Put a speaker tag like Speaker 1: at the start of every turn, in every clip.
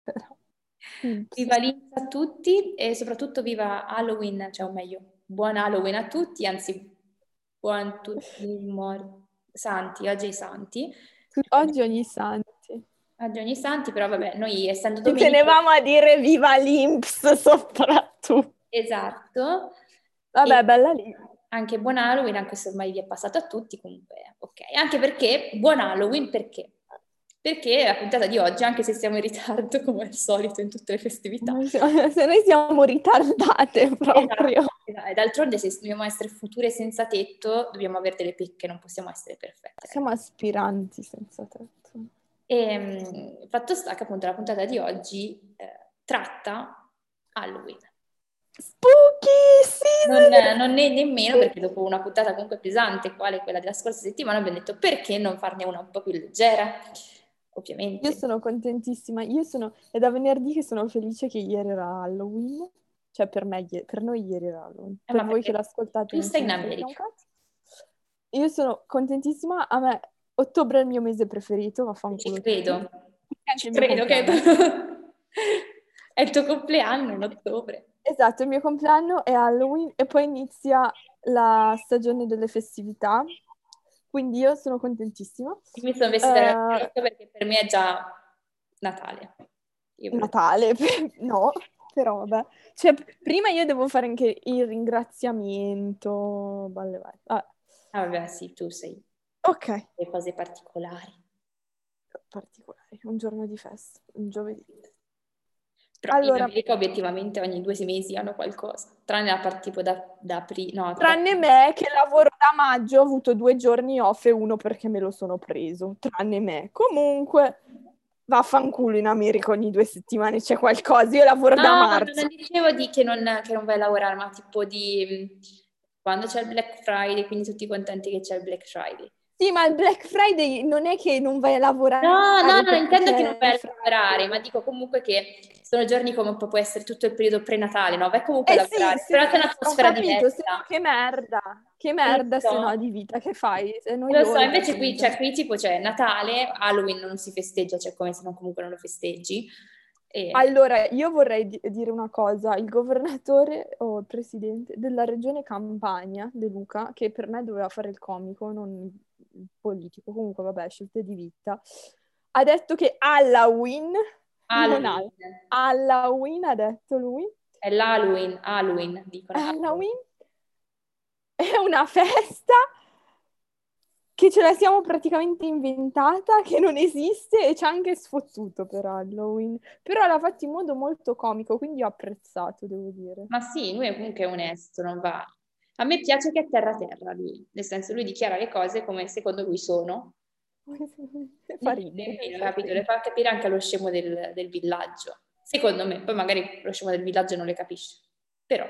Speaker 1: Viva l'Inps a tutti e soprattutto viva Halloween, cioè o meglio, buon Halloween a tutti, anzi, buon tutti i santi, oggi i santi.
Speaker 2: Oggi ogni santi.
Speaker 1: Oggi ogni santi, però vabbè, noi essendo
Speaker 2: Ci
Speaker 1: domenica...
Speaker 2: tenevamo a dire viva l'Inps soprattutto.
Speaker 1: Esatto. E
Speaker 2: Vabbè, bella lì.
Speaker 1: anche buon Halloween, anche se ormai vi è passato a tutti, comunque, ok. Anche perché, buon Halloween, perché? Perché la puntata di oggi, anche se siamo in ritardo, come al solito in tutte le festività,
Speaker 2: Se noi siamo ritardate proprio.
Speaker 1: esatto. E d'altronde se dobbiamo essere future senza tetto, dobbiamo avere delle pecche, non possiamo essere perfette,
Speaker 2: Siamo
Speaker 1: ragazzi.
Speaker 2: aspiranti senza tetto.
Speaker 1: E fatto sta che appunto la puntata di oggi tratta Halloween.
Speaker 2: Spooky
Speaker 1: Non,
Speaker 2: season!
Speaker 1: non ne nemmeno perché dopo una puntata comunque pesante, quale quella della scorsa settimana, abbiamo detto perché non farne una un po' più leggera?
Speaker 2: Io
Speaker 1: Ovviamente.
Speaker 2: sono contentissima. È da venerdì che sono felice che ieri era Halloween. Cioè per me, per noi ieri era Halloween. Per
Speaker 1: Ma
Speaker 2: voi che
Speaker 1: perché
Speaker 2: l'ascoltate
Speaker 1: tu
Speaker 2: non
Speaker 1: stai
Speaker 2: ce
Speaker 1: in
Speaker 2: ne frega un
Speaker 1: America?
Speaker 2: cazzo. Io sono contentissima. A me ottobre è il mio mese preferito,
Speaker 1: Ci
Speaker 2: vaffanculo tutti.
Speaker 1: credo,
Speaker 2: Anche
Speaker 1: ci
Speaker 2: il mio
Speaker 1: credo che
Speaker 2: compleanno.
Speaker 1: è il tuo compleanno in ottobre.
Speaker 2: Esatto, il mio compleanno è Halloween e poi inizia la stagione delle festività, quindi io sono contentissima.
Speaker 1: Io mi sono vestita da gallotto perché per me è già Natale. Io ve lo dico.
Speaker 2: Natale, no, però vabbè. Cioè, prima io devo fare anche il ringraziamento, balle varie. Vabbè.
Speaker 1: Ah, vabbè, sì, tu sei
Speaker 2: Ok,
Speaker 1: le cose particolari.
Speaker 2: particolare, un giorno di festa, un giovedì.
Speaker 1: Però in
Speaker 2: Allora,
Speaker 1: America obiettivamente ogni 2 mesi hanno qualcosa, tranne la parte tipo da aprile, no, da...
Speaker 2: tranne me che lavoro da maggio, ho avuto 2 giorni off e uno perché me lo sono preso, tranne me. Comunque, vaffanculo in America ogni 2 settimane c'è qualcosa, io lavoro da
Speaker 1: No,
Speaker 2: marzo.
Speaker 1: non dicevo di che non vai a lavorare, ma tipo di quando c'è il Black Friday, quindi tutti contenti che c'è il Black Friday.
Speaker 2: Sì, ma il Black Friday non è che non vai a
Speaker 1: No, no,
Speaker 2: lavorare
Speaker 1: non
Speaker 2: perché
Speaker 1: intendo che non
Speaker 2: c'è
Speaker 1: vai
Speaker 2: il
Speaker 1: a lavorare, ma
Speaker 2: Friday.
Speaker 1: dico comunque che sono giorni come può essere tutto il periodo pre-Natale, no? Vai comunque a
Speaker 2: Eh sì,
Speaker 1: lavorare, però c'è
Speaker 2: ho
Speaker 1: un'atmosfera
Speaker 2: capito, se no
Speaker 1: diversa.
Speaker 2: che
Speaker 1: Lo
Speaker 2: merda se no
Speaker 1: so.
Speaker 2: di vita, che fai? È
Speaker 1: Lo so,
Speaker 2: noiosa
Speaker 1: invece
Speaker 2: sta
Speaker 1: qui,
Speaker 2: vita.
Speaker 1: cioè, qui tipo c'è Natale, Halloween non si festeggia, cioè come se non comunque non lo festeggi. E...
Speaker 2: Allora, io vorrei dire una cosa, il governatore o il presidente della regione Campania, De Luca, che per me doveva fare il comico, non il politico, comunque vabbè, scelte di vita, ha detto che Halloween, non
Speaker 1: Halloween,
Speaker 2: Halloween ha detto lui,
Speaker 1: è l'Halloween, Halloween, dicono Halloween.
Speaker 2: Halloween è una festa che ce la siamo praticamente inventata, che non esiste e ci ha anche sfottuto per Halloween. Però l'ha fatto in modo molto comico, quindi ho apprezzato, devo dire.
Speaker 1: Ma sì, lui è comunque onesto, non va... A me piace che è terra lui, nel senso lui dichiara le cose come secondo lui sono.
Speaker 2: Fa
Speaker 1: È
Speaker 2: ridere,
Speaker 1: carino, capito? Le
Speaker 2: divertente.
Speaker 1: fa capire anche allo scemo del villaggio. Secondo me, poi magari lo scemo del villaggio non le capisce. Però,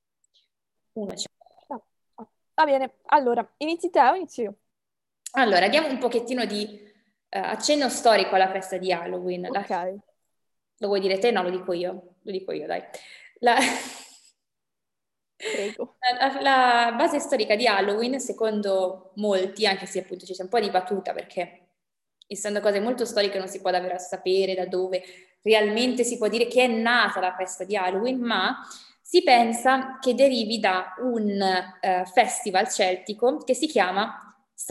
Speaker 1: uno c'è.
Speaker 2: No. Va bene, allora, inizi te o inizio io?
Speaker 1: Allora, diamo un pochettino di accenno storico alla festa di Halloween.
Speaker 2: Ok,
Speaker 1: Lo vuoi dire te? No, lo dico io. Lo dico io, dai. La,
Speaker 2: prego.
Speaker 1: la base storica di Halloween, secondo molti, anche se appunto ci sia un po' di battuta, perché essendo cose molto storiche non si può davvero sapere da dove realmente si può dire che è nata la festa di Halloween, ma si pensa che derivi da un festival celtico che si chiama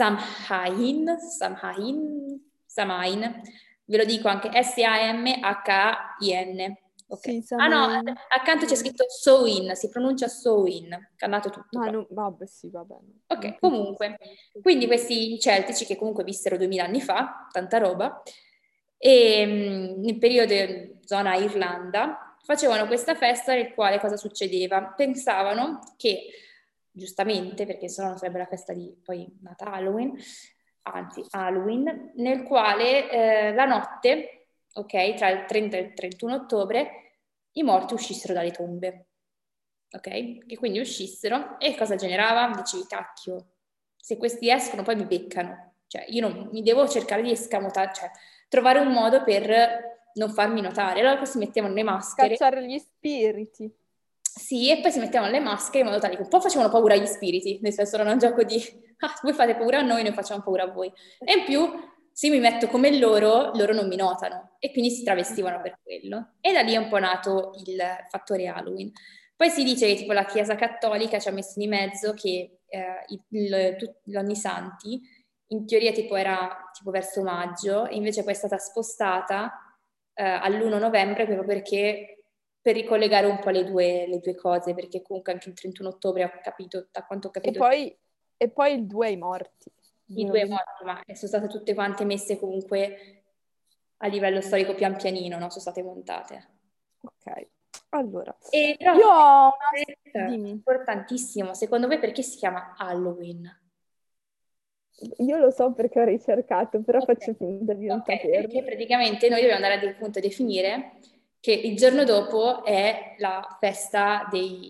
Speaker 1: Samhain, ve lo dico anche Samhain, ok.
Speaker 2: Sì,
Speaker 1: Ah no,
Speaker 2: Samain.
Speaker 1: accanto c'è scritto Samhain, si pronuncia Samhain, cannato tutto
Speaker 2: Ma
Speaker 1: qua.
Speaker 2: non, vabbè, sì, vabbè, non
Speaker 1: Ok,
Speaker 2: tutti li
Speaker 1: comunque,
Speaker 2: sanno.
Speaker 1: quindi questi celtici che comunque vissero 2000 anni fa, tanta roba, e nel periodo zona Irlanda, facevano questa festa nel quale cosa succedeva? Pensavano che, giustamente, perché sennò non sarebbe la festa di poi Natale, Halloween, anzi Halloween, nel quale la notte, ok, tra il 30 e il 31 ottobre, i morti uscissero dalle tombe, ok? Che quindi uscissero e cosa generava? Dicevi, cacchio, se questi escono poi mi beccano, cioè io non, mi devo cercare di escamotare, cioè trovare un modo per non farmi notare. Allora poi si mettevano le maschere,
Speaker 2: Cacciare gli spiriti.
Speaker 1: sì, e poi si mettevano le maschere in modo tale che un po' facevano paura agli spiriti, nel senso non è un gioco di, ah, voi fate paura a noi facciamo paura a voi. E in più se io mi metto come loro non mi notano e quindi si travestivano per quello. E da lì è un po' nato il fattore Halloween. Poi si dice che tipo la Chiesa Cattolica ci ha messo di mezzo che l'Ogni Santi in teoria tipo era tipo verso maggio e invece poi è stata spostata all'1 novembre proprio perché per ricollegare un po' le due cose, perché comunque anche il 31 ottobre ho capito, da quanto ho
Speaker 2: E
Speaker 1: capito,
Speaker 2: poi il 2 ai morti.
Speaker 1: i
Speaker 2: Giugno
Speaker 1: due
Speaker 2: 20.
Speaker 1: morti, ma sono state tutte quante messe comunque a livello storico pian pianino, no? Sono state montate.
Speaker 2: Ok, allora,
Speaker 1: E però
Speaker 2: io ho una... Dimmi,
Speaker 1: importantissimo, secondo voi perché si chiama Halloween?
Speaker 2: io lo so perché ho ricercato, però
Speaker 1: Ok,
Speaker 2: faccio finta di non
Speaker 1: ok, perché
Speaker 2: saperlo.
Speaker 1: praticamente noi dobbiamo andare appunto a definire che il giorno dopo è la festa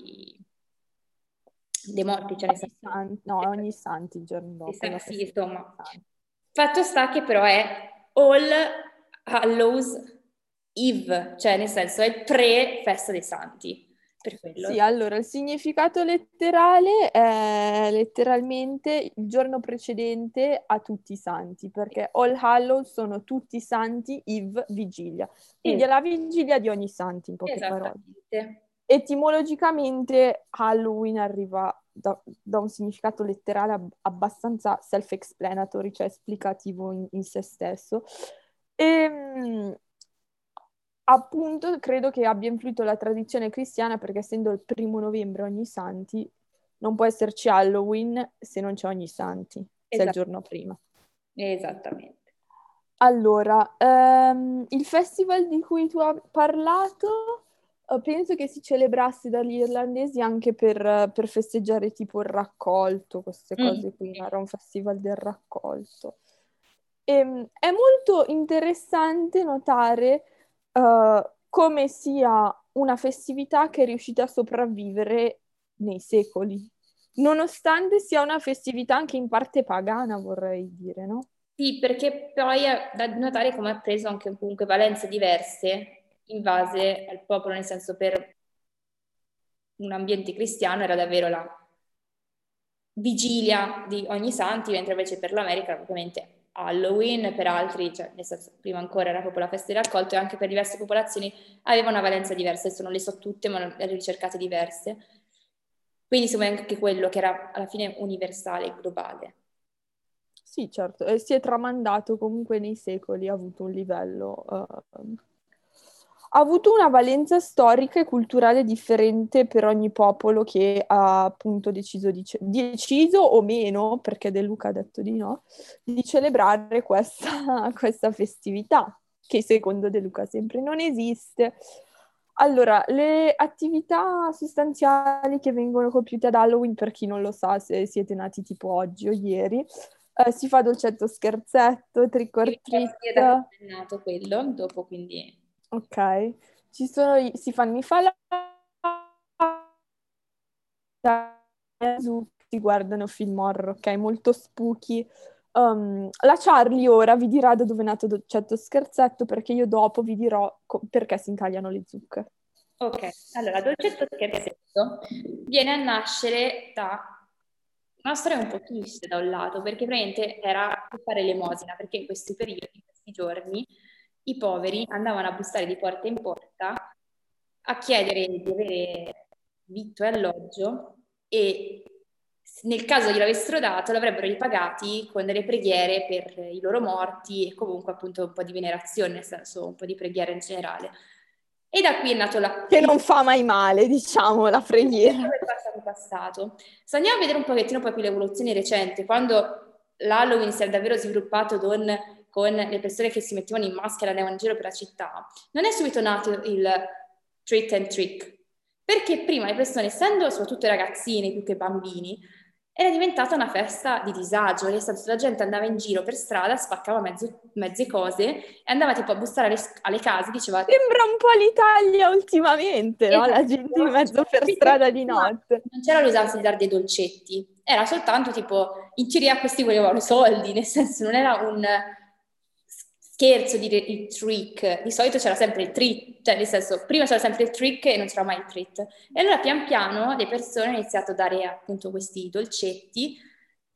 Speaker 1: dei morti, cioè nel
Speaker 2: Ogni
Speaker 1: senso,
Speaker 2: santo, no, ogni santo il giorno dopo, la
Speaker 1: sì,
Speaker 2: festa degli
Speaker 1: insomma.
Speaker 2: santi.
Speaker 1: Fatto sta che però è All Hallows Eve, cioè nel senso è pre-festa dei santi, per quello.
Speaker 2: Sì, allora il significato letterale è letteralmente il giorno precedente a tutti i santi, perché All Hallows sono tutti i santi, Eve, vigilia. Quindi è
Speaker 1: Es-
Speaker 2: la vigilia di ogni santo, in poche parole.
Speaker 1: Esattamente.
Speaker 2: Etimologicamente Halloween arriva da un significato letterale abbastanza self-explanatory, cioè esplicativo in se stesso. E appunto credo che abbia influito la tradizione cristiana perché essendo il 1° novembre ogni santi, non può esserci Halloween se non c'è ogni santi, se è il
Speaker 1: Esat-
Speaker 2: giorno prima.
Speaker 1: Esattamente.
Speaker 2: Allora, il festival di cui tu hai parlato, penso che si celebrasse dagli irlandesi anche per festeggiare tipo il raccolto, queste
Speaker 1: Mm.
Speaker 2: cose qui, no? Era un festival del raccolto. È molto interessante notare come sia una festività che è riuscita a sopravvivere nei secoli, nonostante sia una festività anche in parte pagana, vorrei dire, no?
Speaker 1: Sì, perché poi è da notare come ha preso anche comunque valenze diverse in base al popolo, nel senso per un ambiente cristiano era davvero la vigilia di ogni santi, mentre invece per l'America era ovviamente Halloween, per altri, cioè nel senso prima ancora era proprio la festa del raccolto e anche per diverse popolazioni aveva una valenza diversa, adesso non le so tutte, ma le ho ricercate diverse. Quindi insomma è anche quello che era alla fine universale, globale.
Speaker 2: Sì, certo, e si è tramandato comunque nei secoli, ha avuto un livello, ha avuto una valenza storica e culturale differente per ogni popolo che ha appunto deciso o meno, perché De Luca ha detto di no, di celebrare questa festività, che secondo De Luca sempre non esiste. Allora, le attività sostanziali che vengono compiute ad Halloween, per chi non lo sa, se siete nati tipo oggi o ieri, si fa dolcetto scherzetto, trick
Speaker 1: Che
Speaker 2: or
Speaker 1: vi
Speaker 2: treat,
Speaker 1: dire da quando è nato quello, dopo quindi...
Speaker 2: ok? Si fanno i falò, si guardano film horror, ok? Molto spooky. La Charlie ora vi dirà da dove è nato Dolcetto Scherzetto, perché io dopo vi dirò perché si incagliano le zucche.
Speaker 1: Ok, allora, dolcetto scherzetto viene a nascere da una storia un po' triste da un lato, perché praticamente era per fare elemosina, perché in questi periodi, in questi giorni, i poveri andavano a bussare di porta in porta a chiedere di avere vitto e alloggio e nel caso gliel'avessero dato l'avrebbero ripagati con delle preghiere per i loro morti e comunque appunto un po' di venerazione, nel senso un po' di preghiera in generale. E da qui è nato
Speaker 2: Che non fa mai male, diciamo, la preghiera.
Speaker 1: è passato. Se andiamo a vedere un pochettino proprio l'evoluzione recente, quando l'Halloween si è davvero sviluppato con le persone che si mettevano in maschera e andavano in giro per la città, non è subito nato il treat and trick, perché prima le persone, essendo soprattutto ragazzini più che bambini, era diventata una festa di disagio, nel senso la gente andava in giro per strada, spaccava mezze cose e andava tipo a bussare alle case, diceva
Speaker 2: Sembra un po' l'Italia ultimamente, no? La gente in
Speaker 1: esatto,
Speaker 2: mezzo per
Speaker 1: cioè,
Speaker 2: strada di
Speaker 1: prima
Speaker 2: notte.
Speaker 1: non c'era l'usanza di dare dei dolcetti, era soltanto tipo, in teoria questi volevano i soldi, nel senso non era un scherzo dire il trick, di solito c'era sempre il treat, cioè nel senso prima c'era sempre il trick e non c'era mai il treat. E allora pian piano le persone hanno iniziato a dare appunto questi dolcetti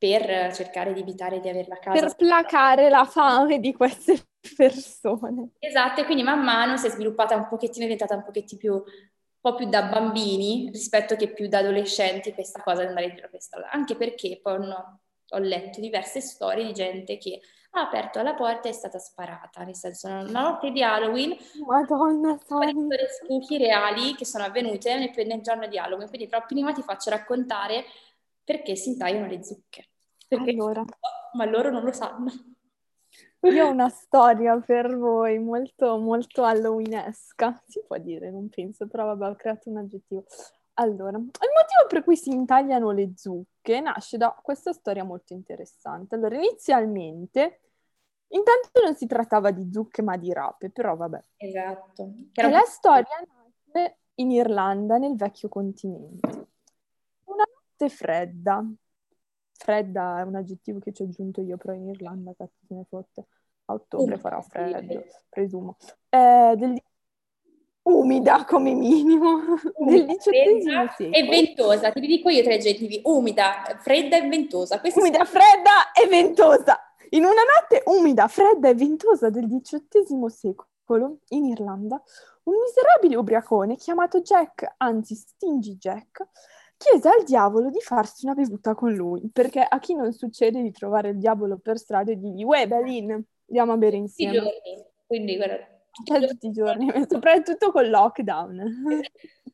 Speaker 1: per cercare di evitare di avere la casa.
Speaker 2: Per placare la fame di queste persone.
Speaker 1: Esatto, e quindi man mano si è sviluppata un pochettino, è diventata un po' più da bambini rispetto che più da adolescenti questa cosa di andare in giro per strada. Anche perché poi ho letto diverse storie di gente che ha aperto la porta e è stata sparata, nel senso una notte di Halloween,
Speaker 2: Madonna
Speaker 1: sono di
Speaker 2: santa.
Speaker 1: storie spooky reali che sono avvenute nel giorno di Halloween, quindi però prima ti faccio raccontare perché si intagliano le zucche, perché
Speaker 2: Allora,
Speaker 1: ma loro non lo sanno.
Speaker 2: io ho una storia per voi molto, molto halloweenesca. Si può dire, non penso, però vabbè, ho creato un aggettivo. Allora, il motivo per cui si intagliano le zucche nasce da questa storia molto interessante. Allora, inizialmente, intanto non si trattava di zucche, ma di rape, però vabbè.
Speaker 1: Esatto. Che
Speaker 2: E
Speaker 1: era un
Speaker 2: la
Speaker 1: po'...
Speaker 2: storia nasce in Irlanda, nel vecchio continente. Una notte fredda. Fredda è un aggettivo che ci ho aggiunto io, però in Irlanda, cazzo se ne fotte. A ottobre farà freddo, presumo. Umida come minimo, del
Speaker 1: Umida,
Speaker 2: XVIII
Speaker 1: fredda e
Speaker 2: secolo.
Speaker 1: ventosa. Ti dico io tre aggettivi: umida, fredda e ventosa. Questi sono...
Speaker 2: Umida, fredda e ventosa. In una notte umida, fredda e ventosa del XVIII secolo, in Irlanda, un miserabile ubriacone chiamato Jack, anzi Stingy Jack, chiese al diavolo di farsi una bevuta con lui, perché a chi non succede di trovare il diavolo per strada e dirgli «Uè, Belin, andiamo a bere
Speaker 1: Tutti i
Speaker 2: insieme».
Speaker 1: giorni. Quindi, guarda, tutti i
Speaker 2: Cioè,
Speaker 1: giorni.
Speaker 2: tutti i giorni, soprattutto col lockdown.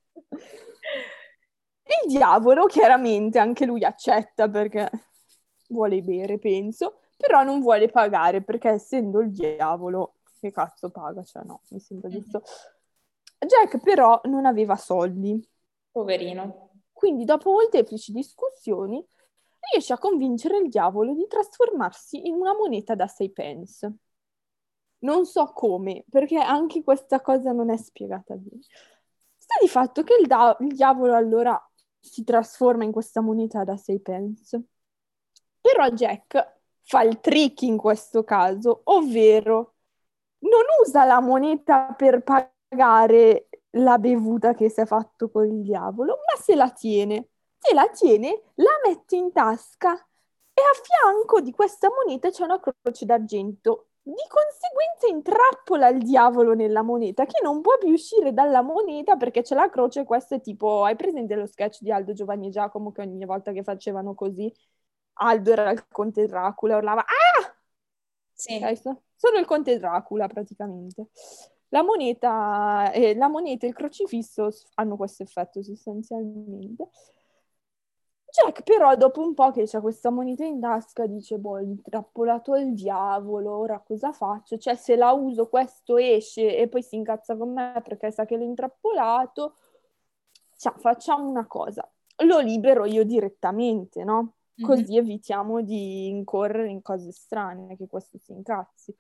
Speaker 2: Il diavolo, chiaramente, anche lui accetta perché vuole bere, penso, però non vuole pagare perché essendo il diavolo, che cazzo paga? Cioè no, mi sembra
Speaker 1: Mhm.
Speaker 2: giusto. Jack però non aveva soldi,
Speaker 1: Poverino.
Speaker 2: quindi dopo molteplici discussioni riesce a convincere il diavolo di trasformarsi in una moneta da 6 pence. Non so come, perché anche questa cosa non è spiegata bene. Sta di fatto che il diavolo allora si trasforma in questa moneta da 6 pence. Però Jack fa il trick in questo caso, ovvero non usa la moneta per pagare la bevuta che si è fatto con il diavolo, ma se la tiene. Se la tiene, la mette in tasca e a fianco di questa moneta c'è una croce d'argento. Di conseguenza intrappola il diavolo nella moneta, che non può più uscire dalla moneta perché c'è la croce. Questo è tipo, hai presente lo sketch di Aldo, Giovanni e Giacomo che ogni volta che facevano così, Aldo era il conte Dracula, urlava «Ah!»
Speaker 1: Sì.
Speaker 2: Ok, sono il conte Dracula praticamente. La moneta e il crocifisso hanno questo effetto sostanzialmente. Jack però dopo un po' che c'ha questa moneta in tasca dice, boh, ho intrappolato il diavolo, ora cosa faccio? Cioè se la uso questo esce e poi si incazza con me perché sa che l'ho intrappolato. Cioè, facciamo una cosa, lo libero io direttamente, no?
Speaker 1: Mhm.
Speaker 2: Così evitiamo di incorrere in cose strane, che questo si incazzi.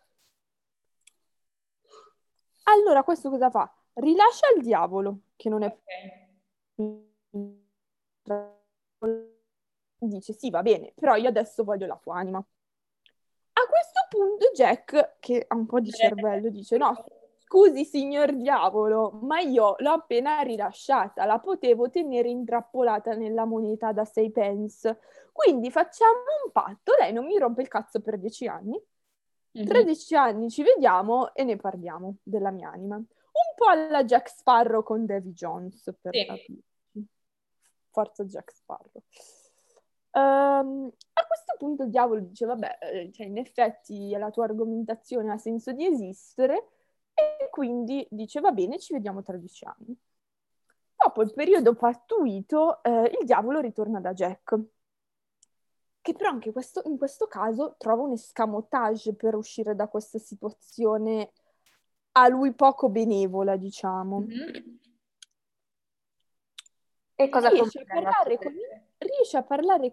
Speaker 2: Allora questo cosa fa? Rilascia il diavolo, che non è
Speaker 1: Ok.
Speaker 2: dice sì, va bene, però io adesso voglio la tua anima. A questo punto Jack, che ha un po' di cervello, dice no, scusi signor diavolo, ma io l'ho appena rilasciata, la potevo tenere intrappolata nella moneta da 6 pence. Quindi facciamo un patto, lei non mi rompe il cazzo per 10 anni, tra
Speaker 1: Mhm.
Speaker 2: 10 anni ci vediamo e ne parliamo della mia anima. Un po' alla Jack Sparrow con Davy Jones, per
Speaker 1: Sì.
Speaker 2: capirci. Forza Jack Sparrow. A questo punto il diavolo dice, vabbè, cioè, in effetti la tua argomentazione ha senso di esistere e quindi dice, va bene, ci vediamo tra 10 anni. Dopo il periodo pattuito, il diavolo ritorna da Jack, che però anche in questo caso trova un escamotage per uscire da questa situazione a lui poco benevola, diciamo.
Speaker 1: Mhm. E cosa
Speaker 2: Riesce a
Speaker 1: combina a
Speaker 2: parlare con,
Speaker 1: succedere?
Speaker 2: riesce a parlare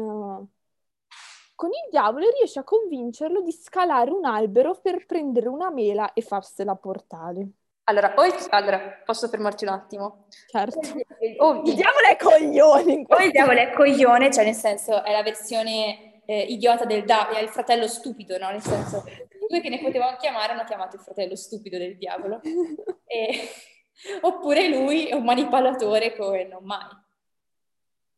Speaker 2: con il diavolo e riesce a convincerlo di scalare un albero per prendere una mela e farsela portare.
Speaker 1: Allora, posso fermarti un attimo?
Speaker 2: Certo.
Speaker 1: O
Speaker 2: Il
Speaker 1: il
Speaker 2: diavolo è coglione in
Speaker 1: o il
Speaker 2: questo.
Speaker 1: diavolo è coglione, cioè nel senso è la versione idiota è il fratello stupido, no? Nel senso, due che ne potevano chiamare hanno chiamato il fratello stupido del diavolo. E- Oppure lui è un manipolatore come non mai.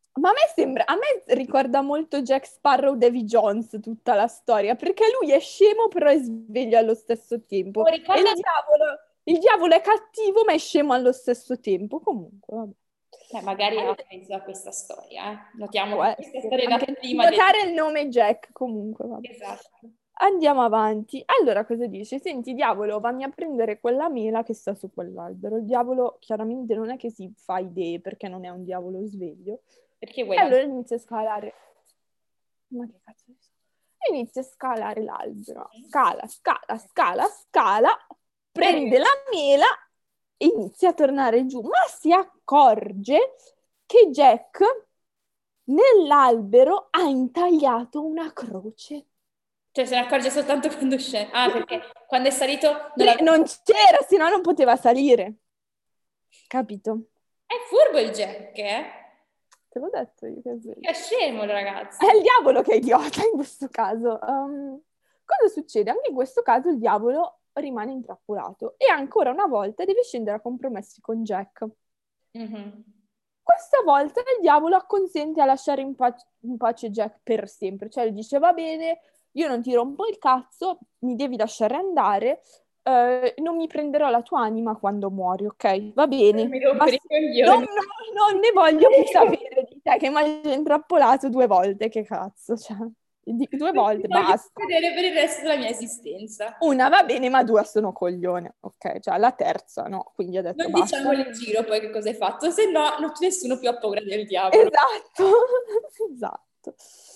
Speaker 2: Ma a me ricorda molto Jack Sparrow, Davy Jones, tutta la storia, perché lui è scemo però è sveglio allo stesso
Speaker 1: Oh,
Speaker 2: tempo. E
Speaker 1: ricorda...
Speaker 2: il diavolo è cattivo ma è scemo allo stesso tempo. Comunque, vabbè.
Speaker 1: magari ha
Speaker 2: Allora,
Speaker 1: preso da questa storia, eh. Notiamo
Speaker 2: può
Speaker 1: che questa
Speaker 2: essere.
Speaker 1: storia data
Speaker 2: Anche
Speaker 1: prima del...
Speaker 2: notare il nome Jack, comunque, vabbè.
Speaker 1: Esatto.
Speaker 2: Andiamo avanti. Allora, cosa dice? Senti, diavolo, vammi a prendere quella mela che sta su quell'albero. Il diavolo chiaramente non è che si fa idee perché non è un diavolo sveglio.
Speaker 1: Perché vuoi
Speaker 2: E
Speaker 1: la...
Speaker 2: allora inizia a scalare. Ma che cazzo ne so? E inizia a scalare l'albero. Scala, scala, scala, scala, prende la mela e inizia a tornare giù. Ma si accorge che Jack nell'albero ha intagliato una croce.
Speaker 1: Cioè, se ne accorge soltanto quando scende. Ah, perché quando è salito non l'aveva...
Speaker 2: Non c'era, se no non poteva salire. Capito?
Speaker 1: È furbo il Jack, eh?
Speaker 2: Te l'ho detto io che è vero.
Speaker 1: È scemo il
Speaker 2: È
Speaker 1: ragazzo.
Speaker 2: il diavolo che è idiota in questo caso. Cosa succede? Anche in questo caso il diavolo rimane intrappolato e ancora una volta deve scendere a compromessi con Jack.
Speaker 1: Mhm.
Speaker 2: Questa volta il diavolo acconsente a lasciare in pace Jack per sempre, cioè gli dice va bene, io non ti rompo il cazzo, mi devi lasciare andare, non mi prenderò la tua anima quando muori, ok? Va
Speaker 1: Non mi
Speaker 2: bene,
Speaker 1: rompere i
Speaker 2: non,
Speaker 1: coglioni.
Speaker 2: non ne voglio più sapere di te che mi hai intrappolato 2 volte, che cazzo, cioè, 2 volte,
Speaker 1: Non voglio
Speaker 2: basta.
Speaker 1: vedere per il resto della mia esistenza.
Speaker 2: Una va bene, ma 2 sono coglione, ok? Cioè la terza no, quindi ho detto
Speaker 1: Non
Speaker 2: basta.
Speaker 1: diciamolo in giro poi che cosa hai fatto, se no nessuno più ha paura del diavolo.
Speaker 2: Esatto, esatto.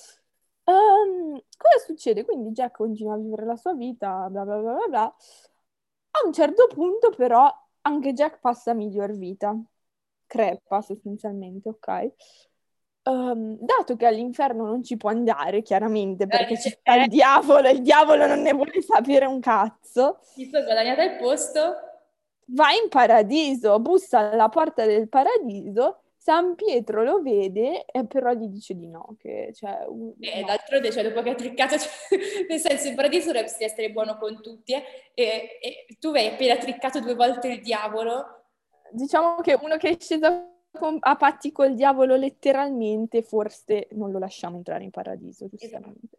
Speaker 2: Cosa succede? Quindi Jack continua a vivere la sua vita, bla bla bla bla bla. A un certo punto, però, anche Jack passa a miglior vita. Crepa sostanzialmente, ok? Dato che all'inferno non ci può andare, chiaramente, perché ci
Speaker 1: Dice,
Speaker 2: sta il diavolo e il diavolo non ne vuole sapere un cazzo.
Speaker 1: mi sono guadagnata il posto.
Speaker 2: Va in paradiso, bussa alla porta del paradiso, San Pietro lo vede e però gli dice di no, che cioè,
Speaker 1: E
Speaker 2: no.
Speaker 1: d'altronde, cioè, dopo che ha triccato, cioè, nel senso, in paradiso dovresti essere buono con tutti, e tu hai appena triccato 2 volte il diavolo.
Speaker 2: Diciamo che uno che è sceso a patti col diavolo letteralmente, forse non lo lasciamo entrare in paradiso,
Speaker 1: Esatto.
Speaker 2: giustamente.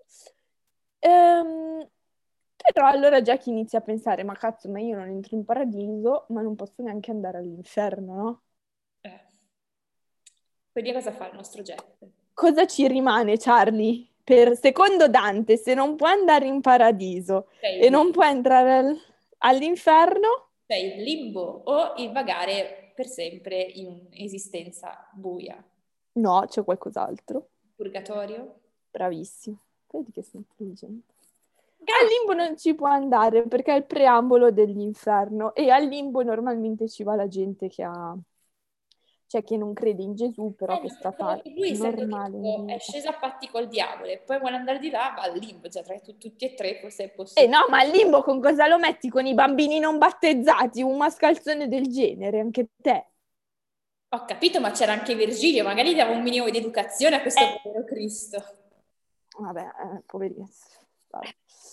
Speaker 2: Ehm, Però allora Jack inizia a pensare, ma cazzo, ma io non entro in paradiso, ma non posso neanche andare all'inferno, no?
Speaker 1: Eh. Quindi cosa fa il nostro Jack?
Speaker 2: Cosa ci rimane, Charlie? Secondo Dante, se non può andare in paradiso e
Speaker 1: Sei
Speaker 2: non può entrare all'inferno,
Speaker 1: il limbo o il vagare per sempre in un'esistenza buia.
Speaker 2: no, c'è qualcos'altro.
Speaker 1: Purgatorio?
Speaker 2: Bravissimo. Vedi che sei intelligente. Al
Speaker 1: Gas!
Speaker 2: limbo non ci può andare perché è il preambolo dell'inferno e al limbo normalmente ci va la gente che ha, cioè che non crede in Gesù, però che
Speaker 1: No,
Speaker 2: sta
Speaker 1: pensavo che lui, essendo che
Speaker 2: normale in
Speaker 1: tipo, è
Speaker 2: vita.
Speaker 1: sceso a patti col diavolo e poi vuole andare di là, va al limbo, cioè tra tutti e tre forse è
Speaker 2: Eh
Speaker 1: possibile.
Speaker 2: no, ma al limbo con cosa lo metti? Con i bambini non battezzati, un mascalzone del genere, anche te.
Speaker 1: Ho capito, ma c'era anche Virgilio, magari dava un minimo di educazione a questo
Speaker 2: Eh,
Speaker 1: povero Cristo.
Speaker 2: vabbè, poverino. Vabbè.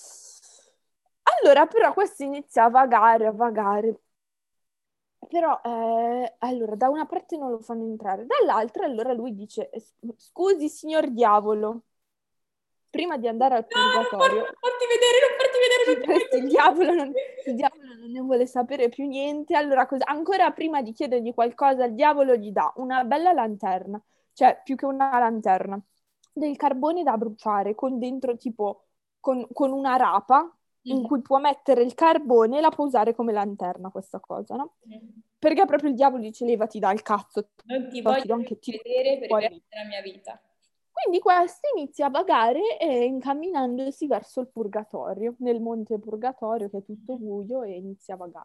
Speaker 2: Allora, però questo inizia a vagare. Però, allora, da una parte non lo fanno entrare, dall'altra, allora lui dice, scusi, signor diavolo, prima di andare al
Speaker 1: No,
Speaker 2: purgatorio,
Speaker 1: non farti vedere, non farti vedere, non ti
Speaker 2: questo
Speaker 1: voglio
Speaker 2: il
Speaker 1: vedere.
Speaker 2: diavolo non ne vuole sapere più niente, allora ancora prima di chiedergli qualcosa, il diavolo gli dà una bella lanterna, cioè più che una lanterna, del carbone da bruciare con dentro tipo con una rapa in
Speaker 1: Mhm.
Speaker 2: cui può mettere il carbone e la può usare come lanterna questa cosa, no?
Speaker 1: Mhm.
Speaker 2: Perché proprio il diavolo dice levati dal cazzo,
Speaker 1: Non ti
Speaker 2: ti do
Speaker 1: voglio più
Speaker 2: anche ti do
Speaker 1: vedere per il resto
Speaker 2: fuori.
Speaker 1: della mia vita.
Speaker 2: Quindi questo inizia a vagare incamminandosi verso il purgatorio, nel monte Purgatorio che è tutto buio e inizia a vagare.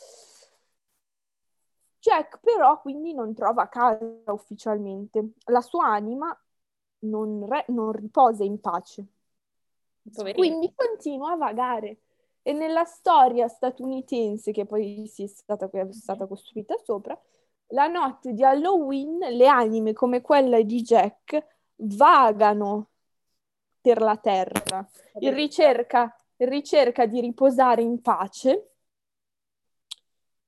Speaker 2: Jack però quindi non trova casa ufficialmente, la sua anima non riposa in pace,
Speaker 1: Poverino.
Speaker 2: quindi continua a vagare. E nella storia statunitense, che poi è stata costruita sopra, la notte di Halloween le anime come quella di Jack vagano per la terra in ricerca di riposare in pace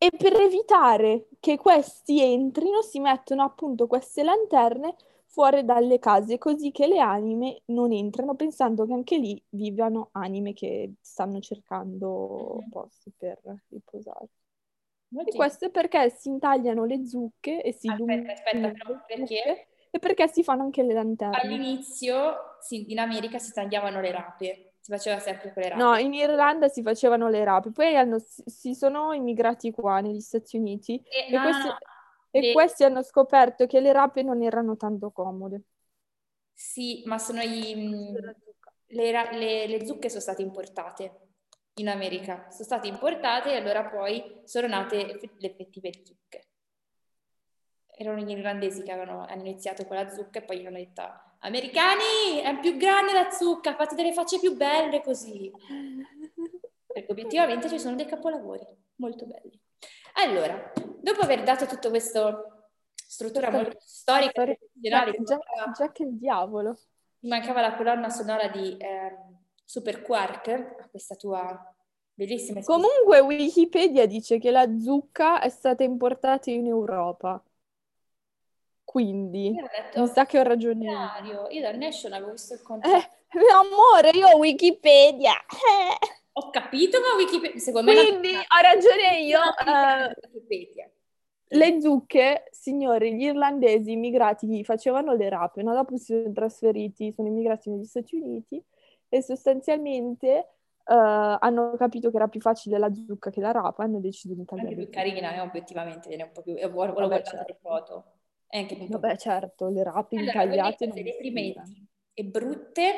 Speaker 2: E per evitare che questi entrino, si mettono appunto queste lanterne fuori dalle case, così che le anime non entrano, pensando che anche lì vivano anime che stanno cercando
Speaker 1: Mhm.
Speaker 2: posti per riposare. E
Speaker 1: Molto
Speaker 2: questo è perché si intagliano le zucche e si
Speaker 1: Aspetta,
Speaker 2: illuminano
Speaker 1: però,
Speaker 2: le zucche
Speaker 1: perché
Speaker 2: e perché si fanno anche le lanterne.
Speaker 1: all'inizio in America si tagliavano le rape, si faceva sempre con le
Speaker 2: No,
Speaker 1: rape.
Speaker 2: in Irlanda si facevano le rape, poi si sono immigrati qua negli Stati Uniti e
Speaker 1: No, no, no,
Speaker 2: e questi hanno scoperto che le rape non erano tanto comode.
Speaker 1: sì, ma sono
Speaker 2: Della zucca.
Speaker 1: le zucche sono state importate in America, sono state importate e allora poi sono nate le effettive zucche. Erano gli irlandesi che hanno iniziato con la zucca e poi gli hanno detto americani, è più grande la zucca, fate delle facce più belle così. Perché obiettivamente ci sono dei capolavori molto belli. Allora, dopo aver dato tutto questo struttura
Speaker 2: Questa
Speaker 1: molto storica e
Speaker 2: storia di
Speaker 1: professionale,
Speaker 2: Jack e il diavolo.
Speaker 1: mi mancava la colonna sonora di Super Quark a questa tua bellissima esposizione.
Speaker 2: Comunque Wikipedia dice che la zucca è stata importata in Europa, quindi
Speaker 1: Io ho
Speaker 2: mi
Speaker 1: detto,
Speaker 2: sa che ho ragione io.
Speaker 1: io da Nation avevo visto il contrario.
Speaker 2: Mio amore, io ho Wikipedia.
Speaker 1: Ho capito, ma Wikipedia, secondo me
Speaker 2: Quindi ho ragione io.
Speaker 1: funziona anche Wikipedia.
Speaker 2: Le zucche, signori, gli irlandesi immigrati facevano le rape, no? Dopo si sono trasferiti, sono immigrati negli Stati Uniti e sostanzialmente hanno capito che era più facile la zucca che la rapa e hanno deciso di tagliare
Speaker 1: Anche
Speaker 2: le
Speaker 1: più
Speaker 2: zucche.
Speaker 1: carina, obiettivamente, viene un po' più... Ho
Speaker 2: Vabbè,
Speaker 1: guardato le
Speaker 2: certo.
Speaker 1: foto, è anche un po' più...
Speaker 2: Vabbè, certo, le rape
Speaker 1: Allora, vuoi le
Speaker 2: intagliate non
Speaker 1: cose
Speaker 2: mi ispirano.
Speaker 1: deprimenti e brutte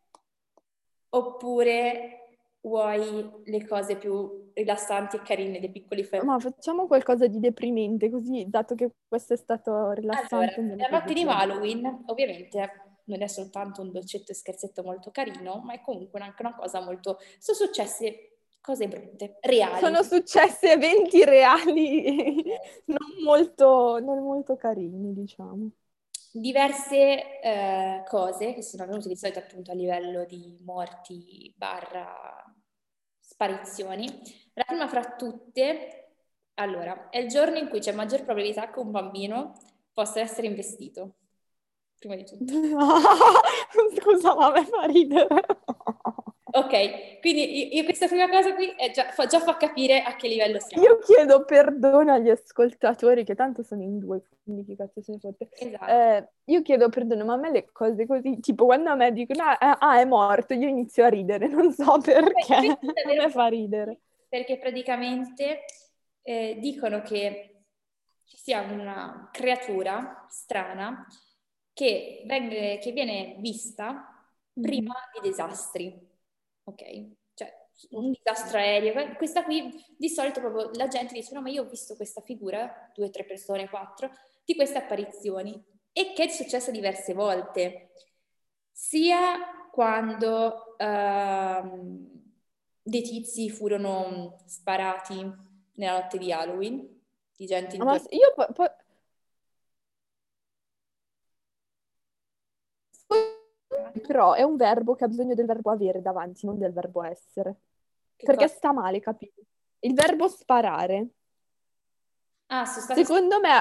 Speaker 1: oppure vuoi le cose più rilassanti e carine dei piccoli
Speaker 2: Ma
Speaker 1: famigli?
Speaker 2: facciamo qualcosa di deprimente, così, dato che questo è stato
Speaker 1: Allora,
Speaker 2: rilassante, andiamo
Speaker 1: la
Speaker 2: col
Speaker 1: notte di
Speaker 2: deprimente.
Speaker 1: Halloween ovviamente non è soltanto un dolcetto e scherzetto molto carino, ma è comunque anche una cosa molto... Sono successe cose brutte, reali.
Speaker 2: Sono successi eventi reali non molto carini, diciamo.
Speaker 1: Diverse cose che sono avvenute di solito appunto a livello di morti barra sparizioni. La prima fra tutte, allora, è il giorno in cui c'è maggior probabilità che un bambino possa essere investito, prima di tutto.
Speaker 2: Scusa, ma a me fa ridere.
Speaker 1: Ok, quindi io questa prima cosa qui già fa capire a che livello siamo.
Speaker 2: Io chiedo perdono agli ascoltatori, che tanto sono in due, quindi chi cazzo se ne fotte.
Speaker 1: Esatto.
Speaker 2: Io chiedo perdono, ma a me le cose così, tipo quando a me dicono è morto, io inizio a ridere, non so perché,
Speaker 1: Questo è
Speaker 2: a
Speaker 1: davvero
Speaker 2: me fa ridere.
Speaker 1: così, perché praticamente dicono che ci sia una creatura strana che viene vista prima
Speaker 2: Mhm.
Speaker 1: di disastri, ok? Cioè un disastro aereo. Questa qui di solito proprio la gente dice no, ma io ho visto questa figura, 2 o 3 persone, 4, di queste apparizioni e che è successa diverse volte, sia quando dei tizi furono sparati nella notte di Halloween, di gente
Speaker 2: Ma
Speaker 1: intorno.
Speaker 2: io però è un verbo che ha bisogno del verbo avere davanti, non del verbo essere.
Speaker 1: Che
Speaker 2: Perché
Speaker 1: cosa?
Speaker 2: sta male, capito? Il verbo sparare,
Speaker 1: Ah, sono stati
Speaker 2: secondo me,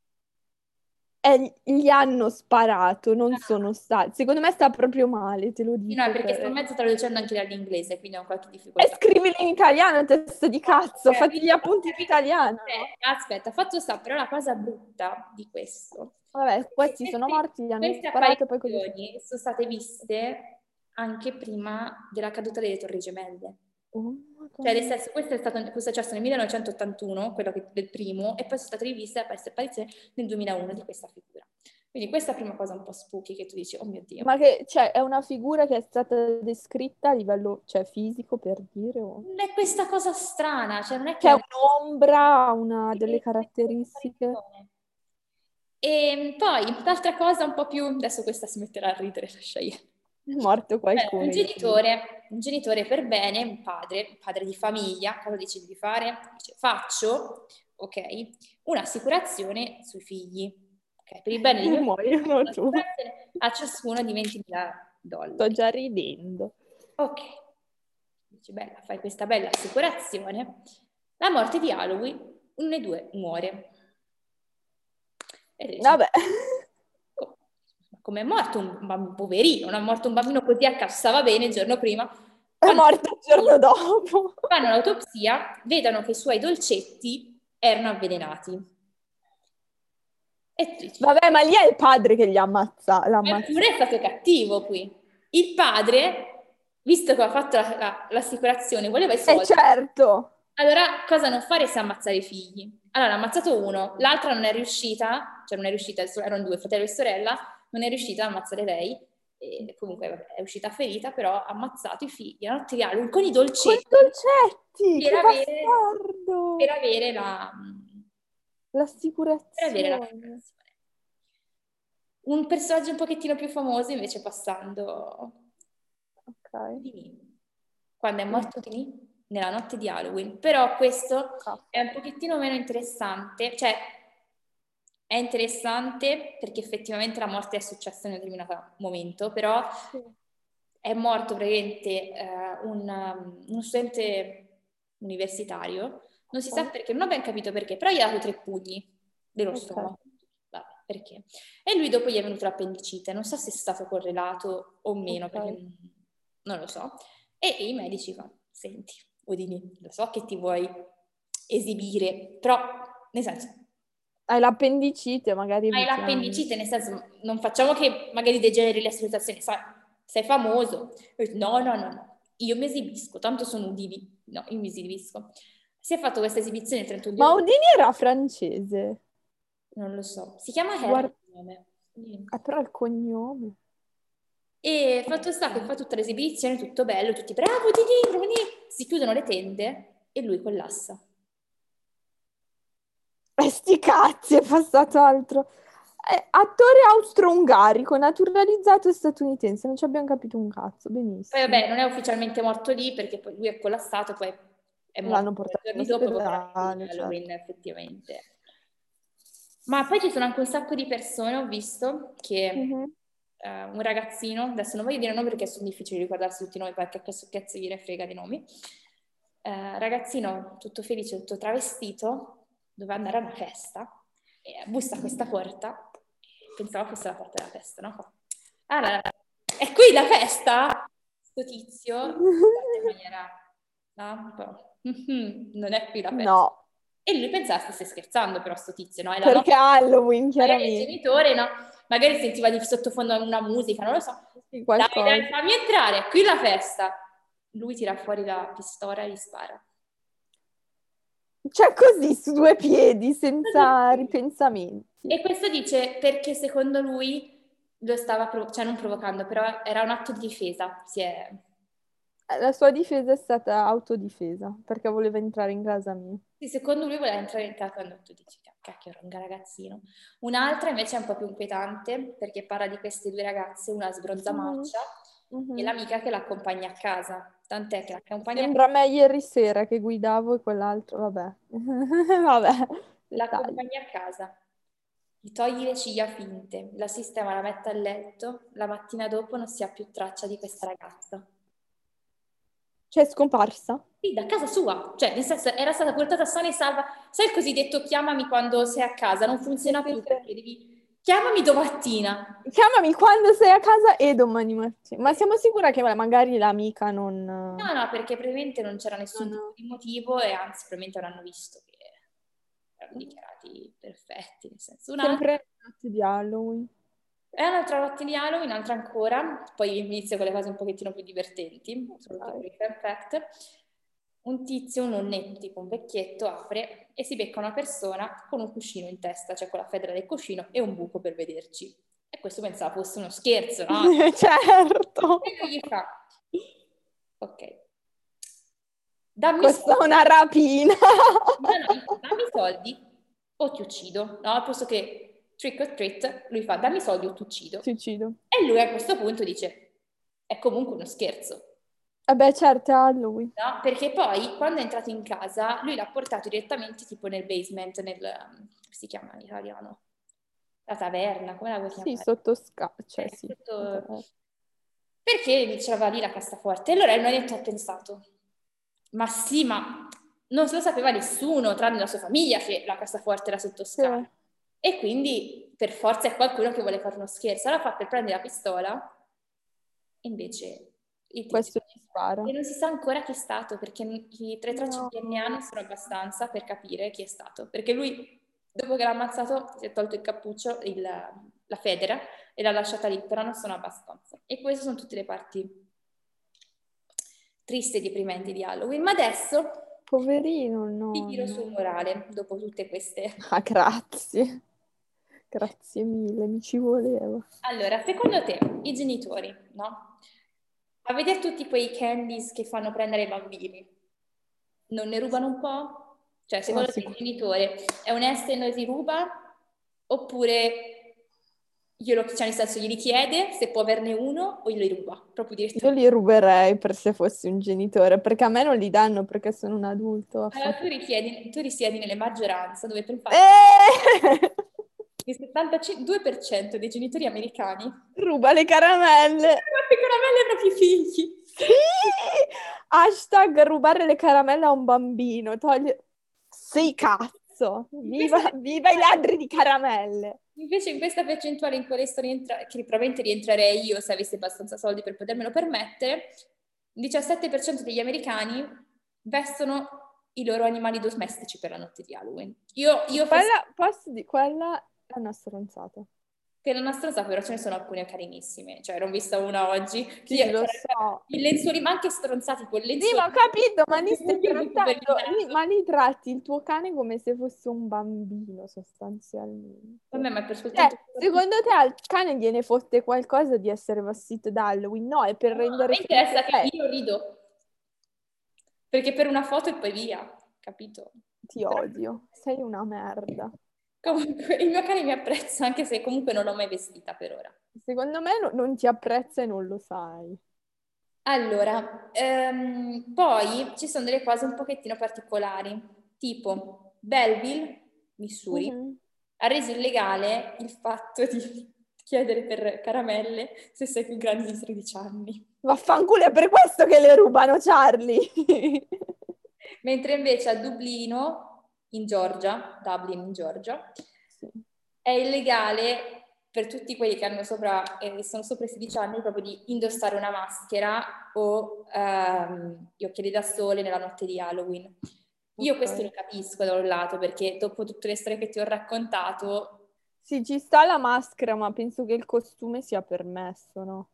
Speaker 2: gli hanno sparato, non sono stati. Secondo me sta proprio male, te lo
Speaker 1: sì, no, è
Speaker 2: dico.
Speaker 1: perché sto mezzo traducendo anche dall'inglese, quindi ho qualche
Speaker 2: E
Speaker 1: difficoltà.
Speaker 2: scrivili in italiano, testa di cazzo, fatti gli
Speaker 1: Ho
Speaker 2: appunti in
Speaker 1: capito.
Speaker 2: italiano, no?
Speaker 1: Aspetta, fatto sta, però la cosa brutta di questo
Speaker 2: Vabbè,
Speaker 1: è che
Speaker 2: questi sono morti, gli hanno
Speaker 1: queste
Speaker 2: sparato e poi cosa è
Speaker 1: apparizioni
Speaker 2: successo?
Speaker 1: sono state viste anche prima della caduta delle Torri Gemelle.
Speaker 2: Oh,
Speaker 1: Cioè, nel
Speaker 2: Madonna.
Speaker 1: senso, questo è successo nel 1981, quello del primo, e poi sono state riviste queste apparizioni nel 2001 di questa figura. Quindi questa è la prima cosa un po' spooky che tu dici, oh mio Dio.
Speaker 2: Ma che, cioè, è una figura che è stata descritta a livello, cioè, fisico, per dire, o...
Speaker 1: Non è questa cosa strana, cioè non è che
Speaker 2: C'è
Speaker 1: è
Speaker 2: un'ombra, una delle
Speaker 1: questa
Speaker 2: caratteristiche.
Speaker 1: apparizione. E poi, l'altra cosa un po' più... Adesso questa si metterà a ridere, lascia io.
Speaker 2: È morto
Speaker 1: Un
Speaker 2: qualcuno in fila.
Speaker 1: genitore, un genitore per bene, un padre di famiglia, cosa decide di fare? Dice, faccio, ok, un'assicurazione sui figli, ok, per il bene di mio figlio,
Speaker 2: Muoiono tu.
Speaker 1: un'assicurazione a ciascuno di
Speaker 2: Sto
Speaker 1: $20.000.
Speaker 2: già ridendo.
Speaker 1: Ok, dice, bella, fai questa bella assicurazione. La morte di Halloween, uno dei due muore. E dice,
Speaker 2: Vabbè.
Speaker 1: come è morto un bambino, poverino, non è morto un bambino così a caso, stava bene il giorno prima.
Speaker 2: È morto il giorno dopo.
Speaker 1: Fanno l'autopsia, vedono che i suoi dolcetti erano avvelenati. E tu dici,
Speaker 2: Vabbè, ma lì è il padre che l'ha ammazzato.
Speaker 1: eppure è stato cattivo qui. Il padre, visto che aveva fatto l'assicurazione, voleva i soldi.
Speaker 2: Certo.
Speaker 1: Allora, cosa non fare se ammazzare i figli? Allora, ha ammazzato uno, l'altra non è riuscita, cioè non è riuscita, erano due, fratello e sorella, non è riuscita ad ammazzare lei, e comunque vabbè, è uscita ferita, però ha ammazzato i figli a notte di Halloween con i
Speaker 2: Con i
Speaker 1: dolcetti
Speaker 2: dolcetti,
Speaker 1: per
Speaker 2: che
Speaker 1: avere,
Speaker 2: bastardo!
Speaker 1: per avere per avere
Speaker 2: L'assicurazione.
Speaker 1: l'assicurazione. Un personaggio un pochettino più famoso invece passando
Speaker 2: Ok.
Speaker 1: Houdini. Quando è morto Houdini? Nella notte di Halloween. Però questo è un pochettino meno interessante, cioè è interessante perché effettivamente la morte è successa in un determinato momento, però
Speaker 2: Sì.
Speaker 1: è morto praticamente uno studente universitario, non si sa perché, non ho ben capito perché, però gli ha dato 3 pugni dello stomaco. Vabbè, perché? E lui dopo gli è venuto l'appendicite, non so se è stato correlato o meno, perché non lo so. E i medici fanno, senti, Odini, lo so che ti vuoi esibire, però, nel senso,
Speaker 2: Hai l'appendicite, magari
Speaker 1: hai
Speaker 2: evitiamo.
Speaker 1: l'appendicite, nel senso, non facciamo che magari degeneri la situazione, sai, sei famoso. No, no, no, no, io mi esibisco, tanto sono Udini. No, io mi esibisco. Si è fatto questa esibizione il 31 di
Speaker 2: Ma
Speaker 1: ottobre,
Speaker 2: Houdini era francese.
Speaker 1: non lo so, si chiama Harry
Speaker 2: Guarda,
Speaker 1: il nome.
Speaker 2: però il cognome.
Speaker 1: E fatto sta che fa tutta l'esibizione, tutto bello, tutti bravo Dini, bravo Dini, si chiudono le tende e lui collassa.
Speaker 2: E sti cazzi, è passato altro. Attore austro-ungarico, naturalizzato statunitense. Non ci abbiamo capito un cazzo,
Speaker 1: Poi
Speaker 2: benissimo.
Speaker 1: vabbè, non è ufficialmente morto lì perché poi lui è collassato, poi è morto
Speaker 2: L'hanno
Speaker 1: 2
Speaker 2: portato
Speaker 1: giorni dopo, proprio la notte di
Speaker 2: all'ospedale,
Speaker 1: Halloween,
Speaker 2: certo.
Speaker 1: effettivamente. Ma poi ci sono anche un sacco di persone, ho visto, che
Speaker 2: Mhm.
Speaker 1: un ragazzino, adesso non voglio dire nomi perché sono difficili ricordarsi tutti i nomi, perché che cazzo gliene frega di nomi, ragazzino tutto felice, tutto travestito, doveva andare a una festa, e bussa a questa porta, pensavo fosse la porta della festa, no? Allora, è qui la festa? Sto tizio, guarda in maniera, no? Un po', non è qui la festa.
Speaker 2: No,
Speaker 1: E lui pensava stesse scherzando, però sto tizio, no? È la
Speaker 2: perché
Speaker 1: notte,
Speaker 2: Halloween,
Speaker 1: magari il
Speaker 2: chiaramente.
Speaker 1: genitore, no? Magari sentiva di sottofondo una musica, non lo so.
Speaker 2: Sì,
Speaker 1: Dai, dai,
Speaker 2: qualcosa.
Speaker 1: fammi entrare, qui la festa. Lui tira fuori la pistola e gli spara.
Speaker 2: Cioè così, su due piedi, senza ripensamenti.
Speaker 1: E questo dice perché secondo lui lo stava, cioè non provocando, però era un atto di difesa.
Speaker 2: La sua difesa è stata autodifesa, perché voleva entrare in casa mia.
Speaker 1: Sì, secondo lui voleva entrare in casa quando tu dici, cacchio, era un ragazzino. Un'altra invece è un po' più inquietante perché parla di queste 2 ragazze, una
Speaker 2: Mhm,
Speaker 1: sbronzamarcia e
Speaker 2: mhm.
Speaker 1: l'amica che l'accompagna a casa. Tant'è che
Speaker 2: Sembra me ieri sera che guidavo e quell'altro, vabbè. Vabbè, dettagli.
Speaker 1: l'accompagna a casa, gli togli le ciglia finte, la sistema, la mette a letto, la mattina dopo non si ha più traccia di questa ragazza.
Speaker 2: Cioè, è scomparsa?
Speaker 1: Sì, da casa sua, cioè nel senso era stata portata sana e salva. Sai il cosiddetto chiamami quando sei a casa? Non
Speaker 2: Sì,
Speaker 1: funziona
Speaker 2: sì,
Speaker 1: più
Speaker 2: sì.
Speaker 1: perché devi chiamami domattina.
Speaker 2: Chiamami quando sei a casa e domani mattina. Ma siamo sicure che magari l'amica non...
Speaker 1: No, no, perché probabilmente non c'era
Speaker 2: No,
Speaker 1: nessun tipo
Speaker 2: no.
Speaker 1: di motivo e anzi probabilmente avranno visto che erano dichiarati perfetti, nel senso un'altra.
Speaker 2: Sempre notte di Halloween.
Speaker 1: E un'altra notte di Halloween, un'altra ancora, poi inizio con le cose un pochettino più divertenti, soprattutto
Speaker 2: Ok.
Speaker 1: con i fan fact. Un tizio, un nonnetto, tipo un vecchietto, apre e si becca una persona con un cuscino in testa, cioè con la federa del cuscino e un buco per vederci. E questo pensava fosse uno scherzo, no?
Speaker 2: Certo.
Speaker 1: E lui gli fa, ok, dammi
Speaker 2: Questa è
Speaker 1: soldi.
Speaker 2: una rapina.
Speaker 1: No, no, gli fa, dammi i soldi o ti uccido. No, al posto che trick or treat, lui fa, dammi i soldi o ti uccido.
Speaker 2: Ti uccido.
Speaker 1: E lui a questo punto dice, è comunque uno scherzo.
Speaker 2: Vabbè, certo, è Halloween.
Speaker 1: No? Perché poi quando è entrato in casa, lui l'ha portato direttamente tipo nel basement, come si chiama in italiano? La taverna, come la vuoi
Speaker 2: Sì,
Speaker 1: chiamare?
Speaker 2: sotto cioè sì.
Speaker 1: Perché c'era lì la cassaforte. E allora il nonnetto ha pensato, ma sì, ma non se lo sapeva nessuno, tranne la sua famiglia, che la cassaforte era sotto
Speaker 2: Sì.
Speaker 1: scala. E quindi per forza è qualcuno che vuole fare uno scherzo. Allora fa per prendere la pistola e invece il tizio.
Speaker 2: Questo gli spara.
Speaker 1: E non si sa ancora chi è stato, perché tre tracce
Speaker 2: No.
Speaker 1: DNA non sono abbastanza per capire chi è stato. Perché lui, dopo che l'ha ammazzato, si è tolto il cappuccio, la federa, e l'ha lasciata lì, però non sono abbastanza. E queste sono tutte le parti tristi e deprimenti di Halloween. Ma adesso
Speaker 2: Poverino il
Speaker 1: ti tiro sul
Speaker 2: nonno.
Speaker 1: morale, dopo tutte queste.
Speaker 2: Ah, grazie. Grazie mille, mi ci voleva.
Speaker 1: Allora, secondo te, i genitori, no? A vedere tutti quei candies che fanno prendere ai bambini, non ne rubano un po'? Cioè,
Speaker 2: Ah,
Speaker 1: secondo te il genitore è onesto e non ti ruba? Oppure cioè nel senso, gli chiede se può averne uno o glieli ruba? Proprio
Speaker 2: Io
Speaker 1: direttamente.
Speaker 2: li ruberei per se fossi un genitore, perché a me non li danno perché sono un adulto.
Speaker 1: Allora, tu risiedi nelle maggioranze dove per il fatto
Speaker 2: Eh!
Speaker 1: che il 72% dei genitori americani
Speaker 2: Ruba le caramelle.
Speaker 1: le caramelle ai propri figli.
Speaker 2: Sì! Hashtag rubare le caramelle a un bambino. Sì, cazzo.
Speaker 1: In questa
Speaker 2: Viva i
Speaker 1: percentuale,
Speaker 2: ladri di caramelle.
Speaker 1: invece in questa percentuale in quale che probabilmente rientrerei io se avessi abbastanza soldi per potermelo permettere, il 17% degli americani vestono i loro animali domestici per la notte di Halloween. Io fossi
Speaker 2: Quella è una stronzata.
Speaker 1: per la nostra zona, però ce ne sono alcune carinissime, cioè l'ho vista una oggi,
Speaker 2: Sì, lo
Speaker 1: c'era
Speaker 2: so.
Speaker 1: i lenzuoli, ma anche stronzati con
Speaker 2: Sì, ma ho
Speaker 1: lenzuoli
Speaker 2: capito, ma li stai
Speaker 1: buio buco per il
Speaker 2: trattando,
Speaker 1: naso.
Speaker 2: ma li tratti il tuo cane come se fosse un bambino, sostanzialmente.
Speaker 1: Vabbè, ma per soltanto.
Speaker 2: Cioè, secondo te al cane gliene fotte qualcosa di essere vestito da Halloween? No, è per
Speaker 1: No, a
Speaker 2: rendere
Speaker 1: me
Speaker 2: felice
Speaker 1: interessa che
Speaker 2: te.
Speaker 1: io rido, perché per una foto e poi via, capito?
Speaker 2: Ti
Speaker 1: Però,
Speaker 2: odio, sei una merda.
Speaker 1: comunque, il mio cane mi apprezza, anche se comunque non l'ho mai vestita per ora.
Speaker 2: Secondo me non ti apprezza e non lo sai.
Speaker 1: Allora, poi ci sono delle cose un pochettino particolari, tipo Belleville, Missouri,
Speaker 2: Mhm.
Speaker 1: ha reso illegale il fatto di chiedere per caramelle se sei più grande di 13 anni.
Speaker 2: Vaffanculo, è per questo che le rubano, Charlie.
Speaker 1: Mentre invece a Dublino, in Georgia, Dublin in Georgia,
Speaker 2: Sì.
Speaker 1: è illegale per tutti quelli che hanno sono sopra i 16 anni proprio di indossare una maschera o gli occhiali da sole nella notte di Halloween. Io questo lo
Speaker 2: Ok.
Speaker 1: capisco da un lato perché dopo tutte le storie che ti ho raccontato.
Speaker 2: Sì, ci sta la maschera, ma penso che il costume sia permesso, no?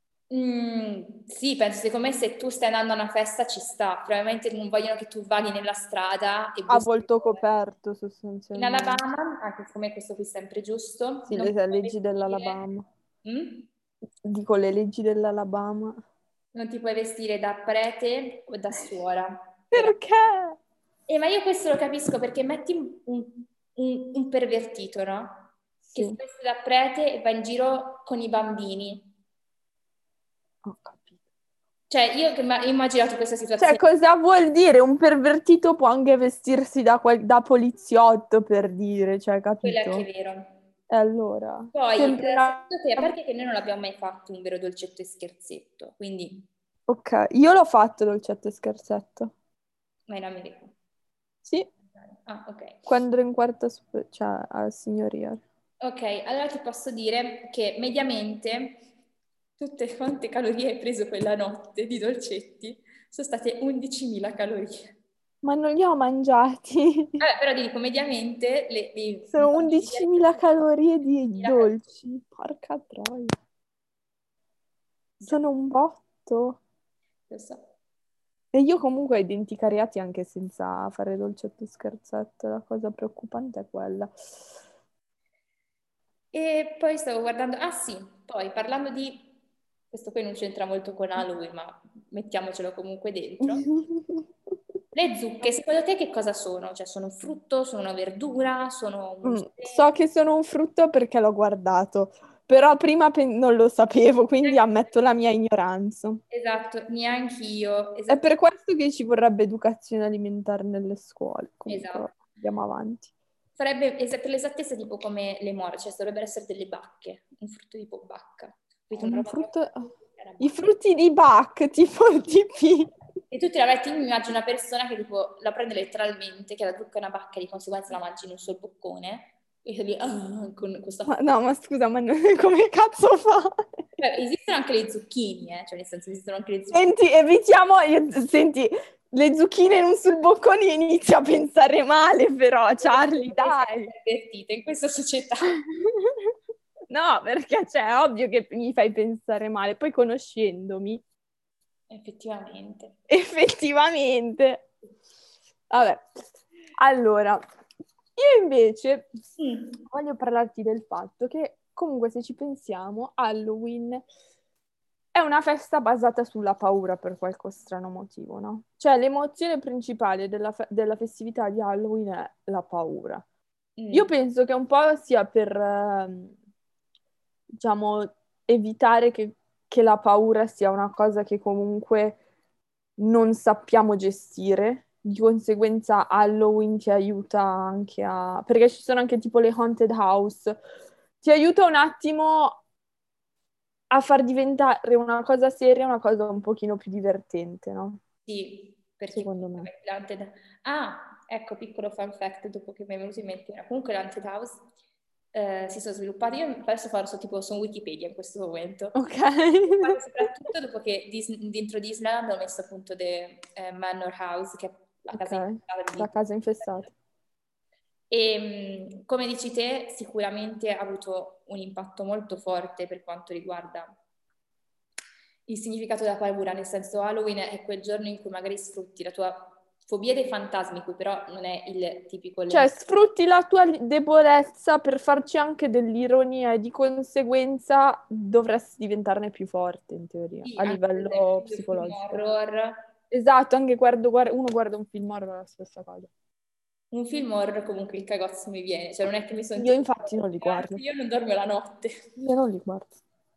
Speaker 1: Sì, penso secondo me se tu stai andando a una festa ci sta, probabilmente non vogliono che tu vaghi nella strada e
Speaker 2: A
Speaker 1: bussi
Speaker 2: volto
Speaker 1: fuori.
Speaker 2: coperto,
Speaker 1: In
Speaker 2: sostanzialmente.
Speaker 1: Alabama, anche secondo me questo qui è sempre giusto,
Speaker 2: Sì,
Speaker 1: non ti
Speaker 2: le
Speaker 1: puoi
Speaker 2: leggi
Speaker 1: vestire,
Speaker 2: dell'Alabama.
Speaker 1: mm?
Speaker 2: Dico le leggi dell'Alabama.
Speaker 1: Non ti puoi vestire da prete o da suora.
Speaker 2: Perché?
Speaker 1: Ma io questo lo capisco perché metti un pervertito, no? Che si
Speaker 2: Sì,
Speaker 1: veste da prete e va in giro con i bambini.
Speaker 2: ho capito.
Speaker 1: Cioè, io che ho immaginato questa
Speaker 2: Cioè,
Speaker 1: situazione.
Speaker 2: cosa vuol dire? Un pervertito può anche vestirsi da poliziotto, per dire, cioè,
Speaker 1: Quello è anche
Speaker 2: capito?
Speaker 1: vero.
Speaker 2: E allora,
Speaker 1: Poi,
Speaker 2: sempre una...
Speaker 1: secondo te, a parte che noi non abbiamo mai fatto un vero dolcetto e scherzetto, quindi,
Speaker 2: Ok, io l'ho fatto dolcetto e scherzetto.
Speaker 1: ma in America.
Speaker 2: Sì,
Speaker 1: Ah, ok.
Speaker 2: quando ero in quarta cioè, al signoria.
Speaker 1: Ok, allora ti posso dire che mediamente tutte quante calorie hai preso quella notte di dolcetti sono state 11.000 calorie.
Speaker 2: Ma non li ho mangiati.
Speaker 1: Però ti dico, mediamente i
Speaker 2: Sono
Speaker 1: bambini di
Speaker 2: 11.000 calorie di
Speaker 1: 11.000 calorie.
Speaker 2: dolci. Porca troia.
Speaker 1: Già,
Speaker 2: Sono un botto.
Speaker 1: lo so.
Speaker 2: E io comunque ho i denti cariati anche senza fare dolcetto e scherzetto. La cosa preoccupante è quella.
Speaker 1: E poi stavo guardando, ah sì, poi parlando di, questo poi non c'entra molto con Halloween, ma mettiamocelo comunque dentro. Le zucche, secondo te che cosa sono? Cioè sono un frutto, sono una verdura, sono un
Speaker 2: So che sono un frutto perché l'ho guardato, però prima non lo sapevo, quindi ammetto la mia ignoranza.
Speaker 1: Esatto, neanch'io,
Speaker 2: È
Speaker 1: esatto,
Speaker 2: per questo che ci vorrebbe educazione alimentare nelle scuole. Comunque,
Speaker 1: esatto.
Speaker 2: andiamo avanti.
Speaker 1: Sarebbe per l'esattezza tipo come le more, cioè dovrebbero essere delle bacche, un frutto tipo bacca. Capito? Una
Speaker 2: Un
Speaker 1: roba
Speaker 2: frutto...
Speaker 1: proprio era
Speaker 2: I
Speaker 1: bacca.
Speaker 2: frutti di Bach, tipo tipi.
Speaker 1: E tu te la metti, mi immagino una persona che tipo la prende letteralmente, che la trucca una bacca e di conseguenza la mangi in un sol boccone, e sei lì con questa...
Speaker 2: No, ma scusa, ma come cazzo fa?
Speaker 1: Cioè, esistono anche le zucchine, cioè nel senso esistono anche le zucchine.
Speaker 2: Senti, senti, le zucchine in un sul boccone inizia a pensare male, però, Charlie, dai.
Speaker 1: Pervertite in questa società.
Speaker 2: No, perché cioè, è ovvio che mi fai pensare male. Poi conoscendomi,
Speaker 1: Effettivamente.
Speaker 2: effettivamente. Vabbè, allora, io invece
Speaker 1: Mm.
Speaker 2: voglio parlarti del fatto che comunque se ci pensiamo, Halloween è una festa basata sulla paura per qualche strano motivo, no? Cioè l'emozione principale della festività di Halloween è la paura. Io
Speaker 1: Mm.
Speaker 2: penso che un po' sia per, diciamo, evitare che la paura sia una cosa che comunque non sappiamo gestire. Di conseguenza Halloween ti aiuta anche a... perché ci sono anche tipo le haunted house. Ti aiuta un attimo a far diventare una cosa seria una cosa un pochino più divertente, no?
Speaker 1: Sì, perché
Speaker 2: Secondo me.
Speaker 1: comunque Ah, ecco, piccolo fun fact, dopo che mi è venuto in mente. Comunque l'Haunted House si sono sviluppati, io adesso farò tipo su Wikipedia in questo momento,
Speaker 2: Ok.
Speaker 1: soprattutto dopo che dentro Disneyland hanno messo appunto The Manor House, che è la
Speaker 2: Ok,
Speaker 1: casa infestata di
Speaker 2: la casa infestata.
Speaker 1: e come dici te, sicuramente ha avuto un impatto molto forte per quanto riguarda il significato della paura, nel senso Halloween è quel giorno in cui magari sfrutti la tua fobia dei fantasmi, cui però non è il tipico
Speaker 2: Cioè,
Speaker 1: elemento.
Speaker 2: sfrutti la tua debolezza per farci anche dell'ironia e di conseguenza dovresti diventarne più forte, in teoria,
Speaker 1: Sì,
Speaker 2: a
Speaker 1: anche per esempio
Speaker 2: livello
Speaker 1: video film
Speaker 2: psicologico.
Speaker 1: horror.
Speaker 2: Esatto, anche uno guarda un film horror è la stessa cosa.
Speaker 1: Un film horror comunque il cagozzo mi viene, cioè non è che mi sono
Speaker 2: Io
Speaker 1: tipo...
Speaker 2: infatti non li
Speaker 1: Anzi,
Speaker 2: guardo.
Speaker 1: io non dormo la notte.
Speaker 2: Io non li guardo.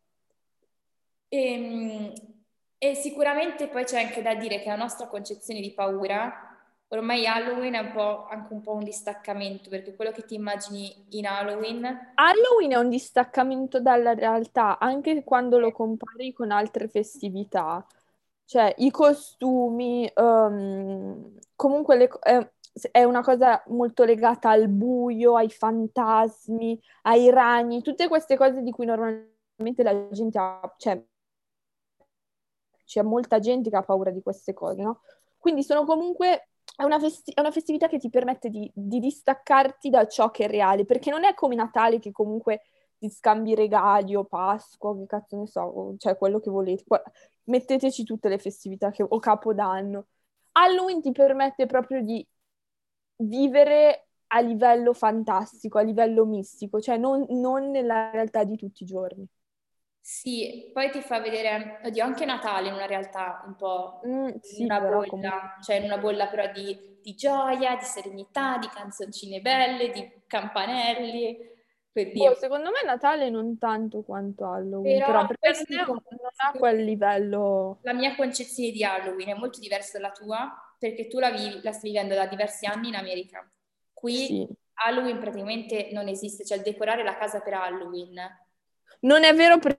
Speaker 1: E, e sicuramente poi c'è anche da dire che la nostra concezione di paura, ormai Halloween è un po', anche un po' un distaccamento, perché quello che ti immagini in Halloween
Speaker 2: Halloween è un distaccamento dalla realtà, anche quando lo compari con altre festività. Cioè, i costumi, comunque è una cosa molto legata al buio, ai fantasmi, ai ragni, tutte queste cose di cui normalmente la gente ha, cioè, c'è molta gente che ha paura di queste cose, no? Quindi sono comunque, è una festività che ti permette di distaccarti da ciò che è reale, perché non è come Natale che comunque ti scambi regali o Pasqua, che cazzo ne so, cioè quello che volete. Metteteci tutte le festività o Capodanno. Halloween ti permette proprio di vivere a livello fantastico, a livello mistico, cioè non nella realtà di tutti i giorni.
Speaker 1: sì, poi ti fa vedere, oddio, anche Natale in una realtà un po' in
Speaker 2: Sì,
Speaker 1: una
Speaker 2: però comunque...
Speaker 1: bolla, cioè in una bolla però di gioia, di serenità, di canzoncine belle, di campanelli, per
Speaker 2: Boh,
Speaker 1: dire.
Speaker 2: secondo me Natale non tanto quanto Halloween, però
Speaker 1: Però
Speaker 2: perché
Speaker 1: poi
Speaker 2: non non ha quel livello...
Speaker 1: la mia concezione di Halloween è molto diversa dalla tua, perché tu la stai vivendo da diversi anni in America. Qui
Speaker 2: Sì.
Speaker 1: Halloween praticamente non esiste, cioè il decorare la casa per Halloween.
Speaker 2: Non è vero perché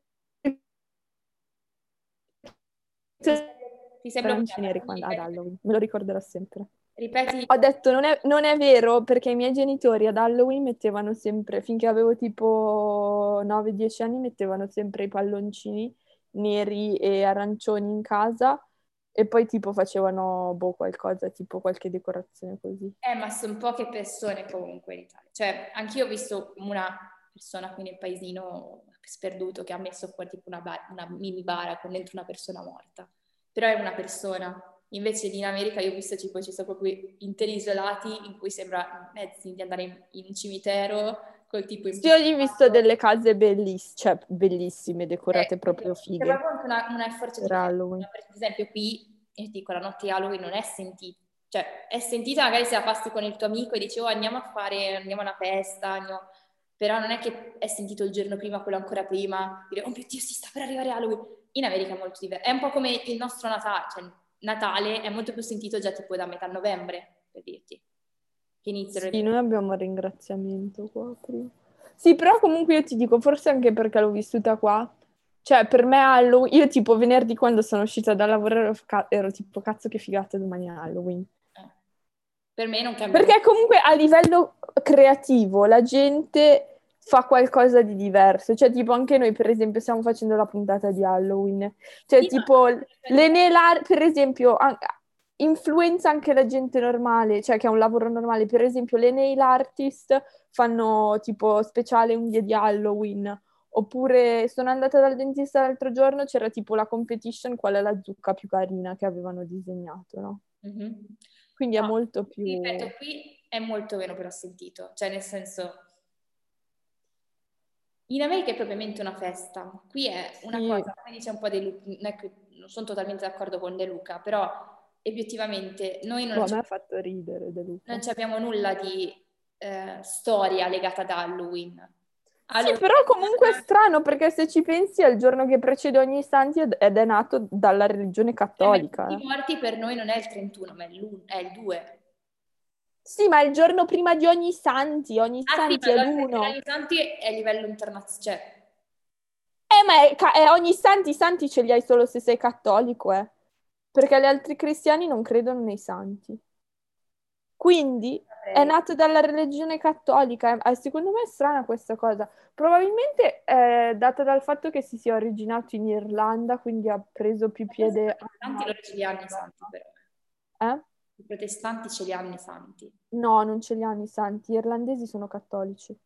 Speaker 1: Ti sei, ti sei bloccata,
Speaker 2: arancionieri
Speaker 1: quindi
Speaker 2: ad
Speaker 1: ripeti,
Speaker 2: Halloween, me lo ricorderò sempre.
Speaker 1: ripeti.
Speaker 2: Ho detto non è vero perché i miei genitori ad Halloween mettevano sempre, finché avevo tipo 9-10 anni, mettevano sempre i palloncini neri e arancioni in casa e poi tipo facevano boh, qualcosa, tipo qualche decorazione così.
Speaker 1: Ma sono poche persone comunque in Italia. Cioè, anch'io ho visto una persona qui nel paesino sperduto che ha messo fuori tipo una mini bara con dentro una persona morta. Però è una persona. Invece lì in America io ho visto tipo ci sono proprio interi isolati in cui sembra mezzi di andare in un cimitero col tipo
Speaker 2: Sì, ho visto
Speaker 1: impiccato.
Speaker 2: delle case cioè, bellissime, decorate proprio
Speaker 1: C'è
Speaker 2: fighe
Speaker 1: proprio anche una forza
Speaker 2: per
Speaker 1: differenza.
Speaker 2: Halloween.
Speaker 1: Per esempio qui, io ti dico, la notte di Halloween non è sentita. Cioè, è sentita magari se la passi con il tuo amico e dici, oh, andiamo a una festa, però non è che è sentito il giorno prima, quello ancora prima, dire, oh mio Dio, si sta per arrivare Halloween. In America è molto diverso. È un po' come il nostro Natale, cioè Natale è molto più sentito già tipo da metà novembre, per dirti, che iniziano
Speaker 2: Sì,
Speaker 1: le...
Speaker 2: noi abbiamo un ringraziamento qua prima. Sì, però comunque io ti dico, forse anche perché l'ho vissuta qua, Cioè, per me Halloween, io tipo venerdì quando sono uscita da lavoro ero tipo, cazzo che figata, domani è Halloween.
Speaker 1: Per me non cambia
Speaker 2: Perché
Speaker 1: molto.
Speaker 2: comunque a livello creativo la gente fa qualcosa di diverso. Cioè, tipo anche noi, per esempio, stiamo facendo la puntata di Halloween. Cioè,
Speaker 1: Sì, no,
Speaker 2: tipo, le nail art, per esempio, influenza anche la gente normale, cioè che ha un lavoro normale. Per esempio, le nail artist fanno tipo speciale unghie di Halloween. Oppure sono andata dal dentista l'altro giorno, c'era tipo la competition qual è la zucca più carina che avevano disegnato, no?
Speaker 1: Mhm.
Speaker 2: Quindi è
Speaker 1: No,
Speaker 2: molto
Speaker 1: ti
Speaker 2: più...
Speaker 1: ripeto, qui è molto meno però sentito, cioè nel senso, in America è propriamente una festa, qui è una
Speaker 2: Sì,
Speaker 1: cosa, quindi c'è un po' non è che non sono totalmente d'accordo con De Luca, però obiettivamente noi
Speaker 2: boh, a me ha fatto ridere De
Speaker 1: non
Speaker 2: Luca.
Speaker 1: abbiamo nulla di storia legata ad Halloween.
Speaker 2: Sì,
Speaker 1: Halloween
Speaker 2: però comunque è strano perché se ci pensi è il giorno che precede ogni santi ed è nato dalla religione
Speaker 1: ma i tutti
Speaker 2: cattolica.
Speaker 1: morti per noi non è il 31, ma è il 2.
Speaker 2: Sì, ma è il giorno prima di ogni
Speaker 1: Ah sì,
Speaker 2: santi
Speaker 1: ma
Speaker 2: è
Speaker 1: per
Speaker 2: l'1.
Speaker 1: ogni santi è a livello internazionale, cioè,
Speaker 2: Ma è ogni santi, i santi ce li hai solo se sei cattolico, eh. Perché gli altri cristiani non credono nei santi. Quindi è
Speaker 1: saprei.
Speaker 2: nato dalla religione cattolica. Secondo me è strana questa cosa. Probabilmente è data dal fatto che si sia originato in Irlanda, quindi ha preso più
Speaker 1: Forse i
Speaker 2: piede al
Speaker 1: protestanti
Speaker 2: nord
Speaker 1: loro ce li hanno i santi, però.
Speaker 2: Eh?
Speaker 1: I protestanti ce li hanno i santi.
Speaker 2: No, non ce li hanno i santi. Gli irlandesi sono cattolici.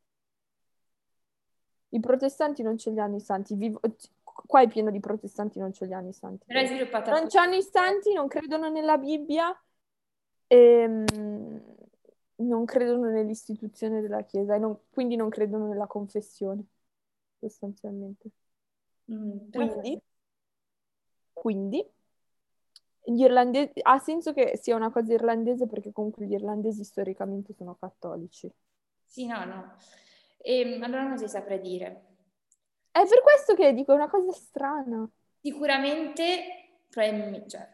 Speaker 2: I protestanti non ce li hanno i santi. Qua è pieno di protestanti, non ce li hanno i santi.
Speaker 1: Però è sviluppata
Speaker 2: Non
Speaker 1: appunto.
Speaker 2: c'hanno i santi, non credono nella Bibbia e non credono nell'istituzione della Chiesa e quindi non credono nella confessione, sostanzialmente.
Speaker 1: Però
Speaker 2: Quindi, gli irlandesi, ha senso che sia una cosa irlandese perché comunque gli irlandesi storicamente sono cattolici.
Speaker 1: sì, no, no. Allora non si saprei dire.
Speaker 2: È per questo che dico, è una cosa strana.
Speaker 1: Sicuramente, cioè,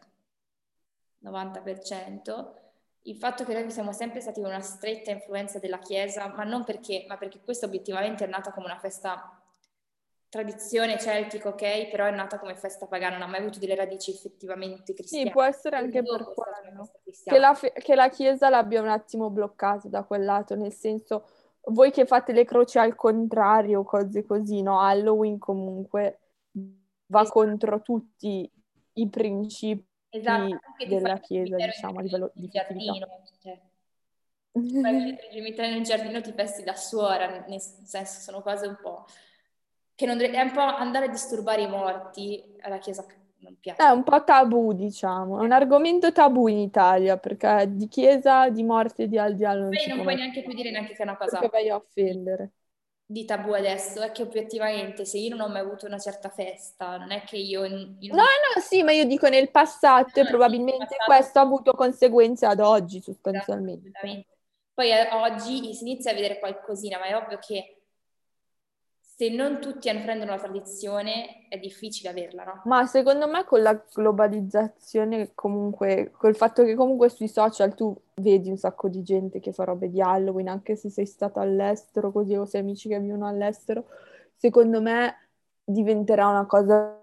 Speaker 1: 90%, il fatto che noi siamo sempre stati una stretta influenza della Chiesa, ma non perché, ma perché questa obiettivamente è nata come una festa tradizione celtica, ok? Però è nata come festa pagana, non ha mai avuto delle radici effettivamente
Speaker 2: Sì,
Speaker 1: cristiane.
Speaker 2: può essere
Speaker 1: Solo
Speaker 2: anche per
Speaker 1: dopo è stata una
Speaker 2: quello.
Speaker 1: festa
Speaker 2: Che
Speaker 1: cristiana.
Speaker 2: che la Chiesa l'abbia un attimo bloccato da quel lato, nel senso, voi che fate le croci al contrario, cose così, no? Halloween comunque va
Speaker 1: Esatto,
Speaker 2: contro tutti i principi
Speaker 1: esatto, anche ti fai
Speaker 2: della
Speaker 1: il
Speaker 2: Chiesa,
Speaker 1: cimitero
Speaker 2: diciamo, a livello di
Speaker 1: in
Speaker 2: festività.
Speaker 1: giardino, cioè, ti fai il cimitero in giardino, ti vesti da suora, nel senso sono cose un po' che non è un po' andare a disturbare i morti, alla Chiesa non
Speaker 2: È
Speaker 1: piace.
Speaker 2: un po' tabù, diciamo, è un argomento tabù in Italia, perché di Chiesa, di morte e di Aldiano non
Speaker 1: Poi
Speaker 2: si
Speaker 1: non
Speaker 2: può
Speaker 1: puoi
Speaker 2: mai
Speaker 1: neanche più dire
Speaker 2: parlare,
Speaker 1: neanche che è una
Speaker 2: perché
Speaker 1: cosa
Speaker 2: vai a
Speaker 1: di,
Speaker 2: offendere.
Speaker 1: di tabù adesso, è che obiettivamente se io non ho mai avuto una certa festa, non è che io
Speaker 2: No, no, sì, ma io dico nel passato e
Speaker 1: no, sì, nel
Speaker 2: probabilmente
Speaker 1: passato
Speaker 2: questo ha avuto conseguenze ad oggi,
Speaker 1: esatto,
Speaker 2: sostanzialmente.
Speaker 1: assolutamente. Poi oggi si inizia a vedere qualcosina, ma è ovvio che se non tutti prendono la tradizione è difficile averla, no?
Speaker 2: Ma secondo me con la globalizzazione, comunque, col fatto che comunque sui social tu vedi un sacco di gente che fa robe di Halloween, anche se sei stato all'estero così o sei amici che vivono all'estero, secondo me diventerà una cosa.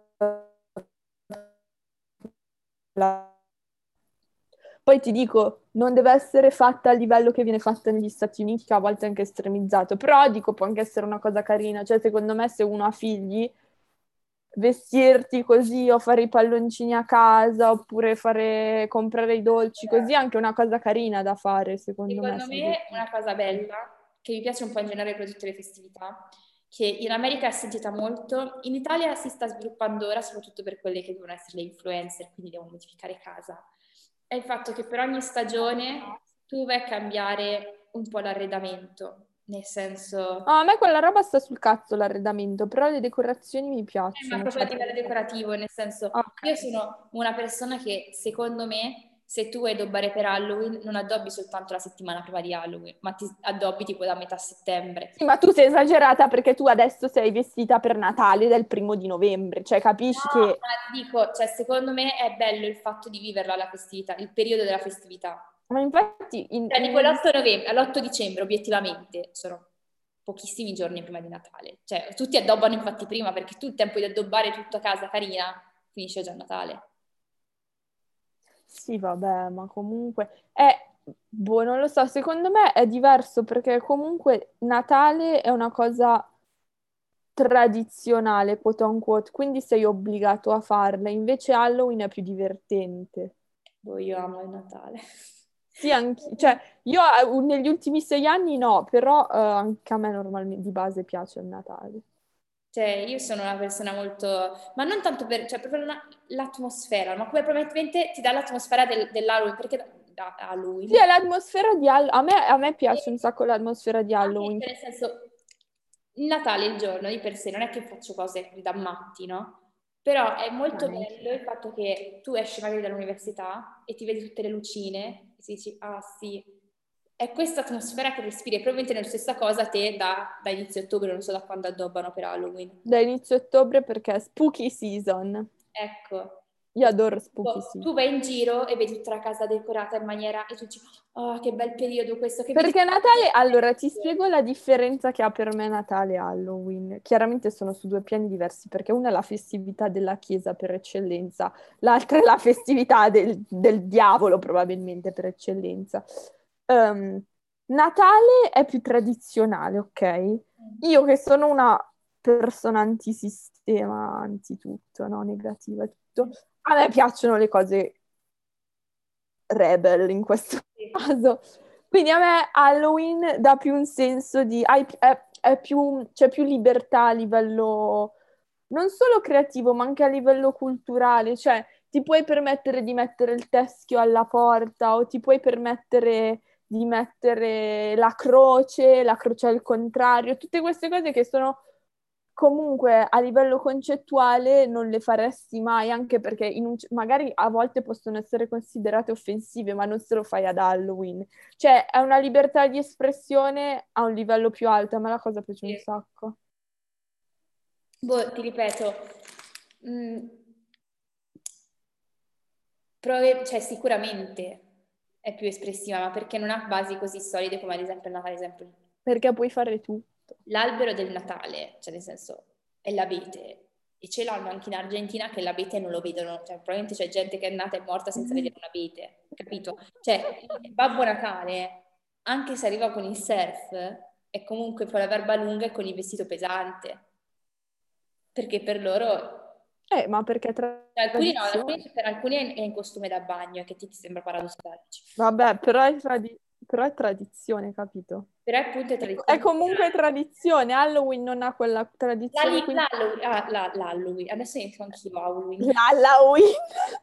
Speaker 2: Poi ti dico, non deve essere fatta al livello che viene fatta negli Stati Uniti, che a volte è anche estremizzato, però dico, può anche essere una cosa carina. Cioè, secondo me, se uno ha figli, vestirti così o fare i palloncini a casa oppure comprare i dolci, così è anche una cosa carina da fare, secondo me,
Speaker 1: Secondo
Speaker 2: se hai
Speaker 1: me
Speaker 2: dei
Speaker 1: una
Speaker 2: figli.
Speaker 1: cosa bella, che mi piace un po' in generale per tutte le festività, che in America è sentita molto, in Italia si sta sviluppando ora, soprattutto per quelle che devono essere le influencer, quindi devono modificare casa, è il fatto che per ogni stagione tu vai a cambiare un po' l'arredamento, nel senso,
Speaker 2: Ah, a me quella roba sta sul cazzo l'arredamento, però le decorazioni mi
Speaker 1: ma
Speaker 2: piacciono,
Speaker 1: proprio a
Speaker 2: cioè,
Speaker 1: livello decorativo, nel senso,
Speaker 2: ok.
Speaker 1: io sono una persona che secondo me, se tu vuoi addobbare per Halloween, non addobbi soltanto la settimana prima di Halloween, ma ti addobbi tipo da metà settembre.
Speaker 2: Sì, ma tu sei esagerata perché tu adesso sei vestita per Natale del 1° di novembre, cioè
Speaker 1: No,
Speaker 2: capisci che...
Speaker 1: ma dico, cioè, secondo me è bello il fatto di viverla la festività, il periodo della festività.
Speaker 2: Ma infatti
Speaker 1: Cioè, tipo l'8 novembre, all'8 dicembre, obiettivamente, sono. pochissimi giorni prima di Natale. Cioè, tutti addobbano infatti prima, perché tu il tempo di addobbare tutta casa carina finisce già a Natale.
Speaker 2: Sì, vabbè, ma comunque boh, non lo so, secondo me è diverso perché comunque Natale è una cosa tradizionale, quote unquote, quindi sei obbligato a farla, invece Halloween è più divertente.
Speaker 1: Boh, io amo il Natale.
Speaker 2: Sì, cioè, io negli ultimi 6 anni no, però anche a me normalmente di base piace il Natale.
Speaker 1: Cioè, io sono una persona molto... Ma non tanto per... Cioè, proprio l'atmosfera, ma come probabilmente ti dà l'atmosfera dell'Halloween, perché da
Speaker 2: Sì,
Speaker 1: Halloween...
Speaker 2: è l'atmosfera di Halloween. A me piace un sacco l'atmosfera di
Speaker 1: Anche,
Speaker 2: Halloween.
Speaker 1: cioè, nel senso, il Natale, il giorno di per sé, non è che faccio cose da matti, no? Però è molto bello il fatto che tu esci magari dall'università e ti vedi tutte le lucine e ti dici, ah sì, è questa atmosfera che respiri, e probabilmente nella stessa cosa te da inizio ottobre, non so da quando addobbano per Halloween.
Speaker 2: Da inizio ottobre perché è spooky season.
Speaker 1: Ecco,
Speaker 2: Io adoro spooky
Speaker 1: tu
Speaker 2: season.
Speaker 1: vai in giro e vedi tutta la casa decorata in maniera, e tu dici, oh che bel periodo questo, che vedi...
Speaker 2: Perché Natale, allora ti spiego la differenza che ha per me Natale e Halloween. Chiaramente sono su due piani diversi, perché una è la festività della Chiesa per eccellenza, l'altra è la festività del diavolo probabilmente per eccellenza. Ehm, Natale è più tradizionale, ok? Io che sono una persona antisistema, antitutto, no? Negativa e tutto, a me piacciono le cose rebel in questo caso. Quindi a me Halloween dà più un senso di... è più, c'è più libertà a livello non solo creativo, ma anche a livello culturale. Cioè, ti puoi permettere di mettere il teschio alla porta o ti puoi permettere di mettere la croce al contrario, tutte queste cose che sono comunque a livello concettuale non le faresti mai, anche perché magari a volte possono essere considerate offensive, ma non se lo fai ad Halloween. Cioè, è una libertà di espressione a un livello più alto, a me la cosa piace un
Speaker 1: Sì.
Speaker 2: sacco.
Speaker 1: Boh, ti ripeto, mh, cioè sicuramente è più espressiva, ma perché non ha basi così solide come ad esempio il Natale, ad esempio
Speaker 2: Perché puoi fare tutto.
Speaker 1: l'albero del Natale, cioè nel senso è l'abete, e ce l'hanno anche in Argentina che l'abete non lo vedono, cioè probabilmente c'è gente che è nata e morta senza vedere un abete, capito? Cioè Babbo Natale, anche se arriva con il surf, è comunque con la barba lunga e con il vestito pesante, perché per loro...
Speaker 2: Ma perché è
Speaker 1: Alcuni no,
Speaker 2: tradizione?
Speaker 1: per alcuni è in costume da bagno, che ti sembra paradossale. Dici.
Speaker 2: Vabbè, però è tradizione, capito?
Speaker 1: Però appunto è
Speaker 2: È
Speaker 1: tradizione.
Speaker 2: comunque tradizione. Halloween non ha quella tradizione, quindi
Speaker 1: L'Halloween, adesso inizio anch'io Halloween.
Speaker 2: l'Halloween.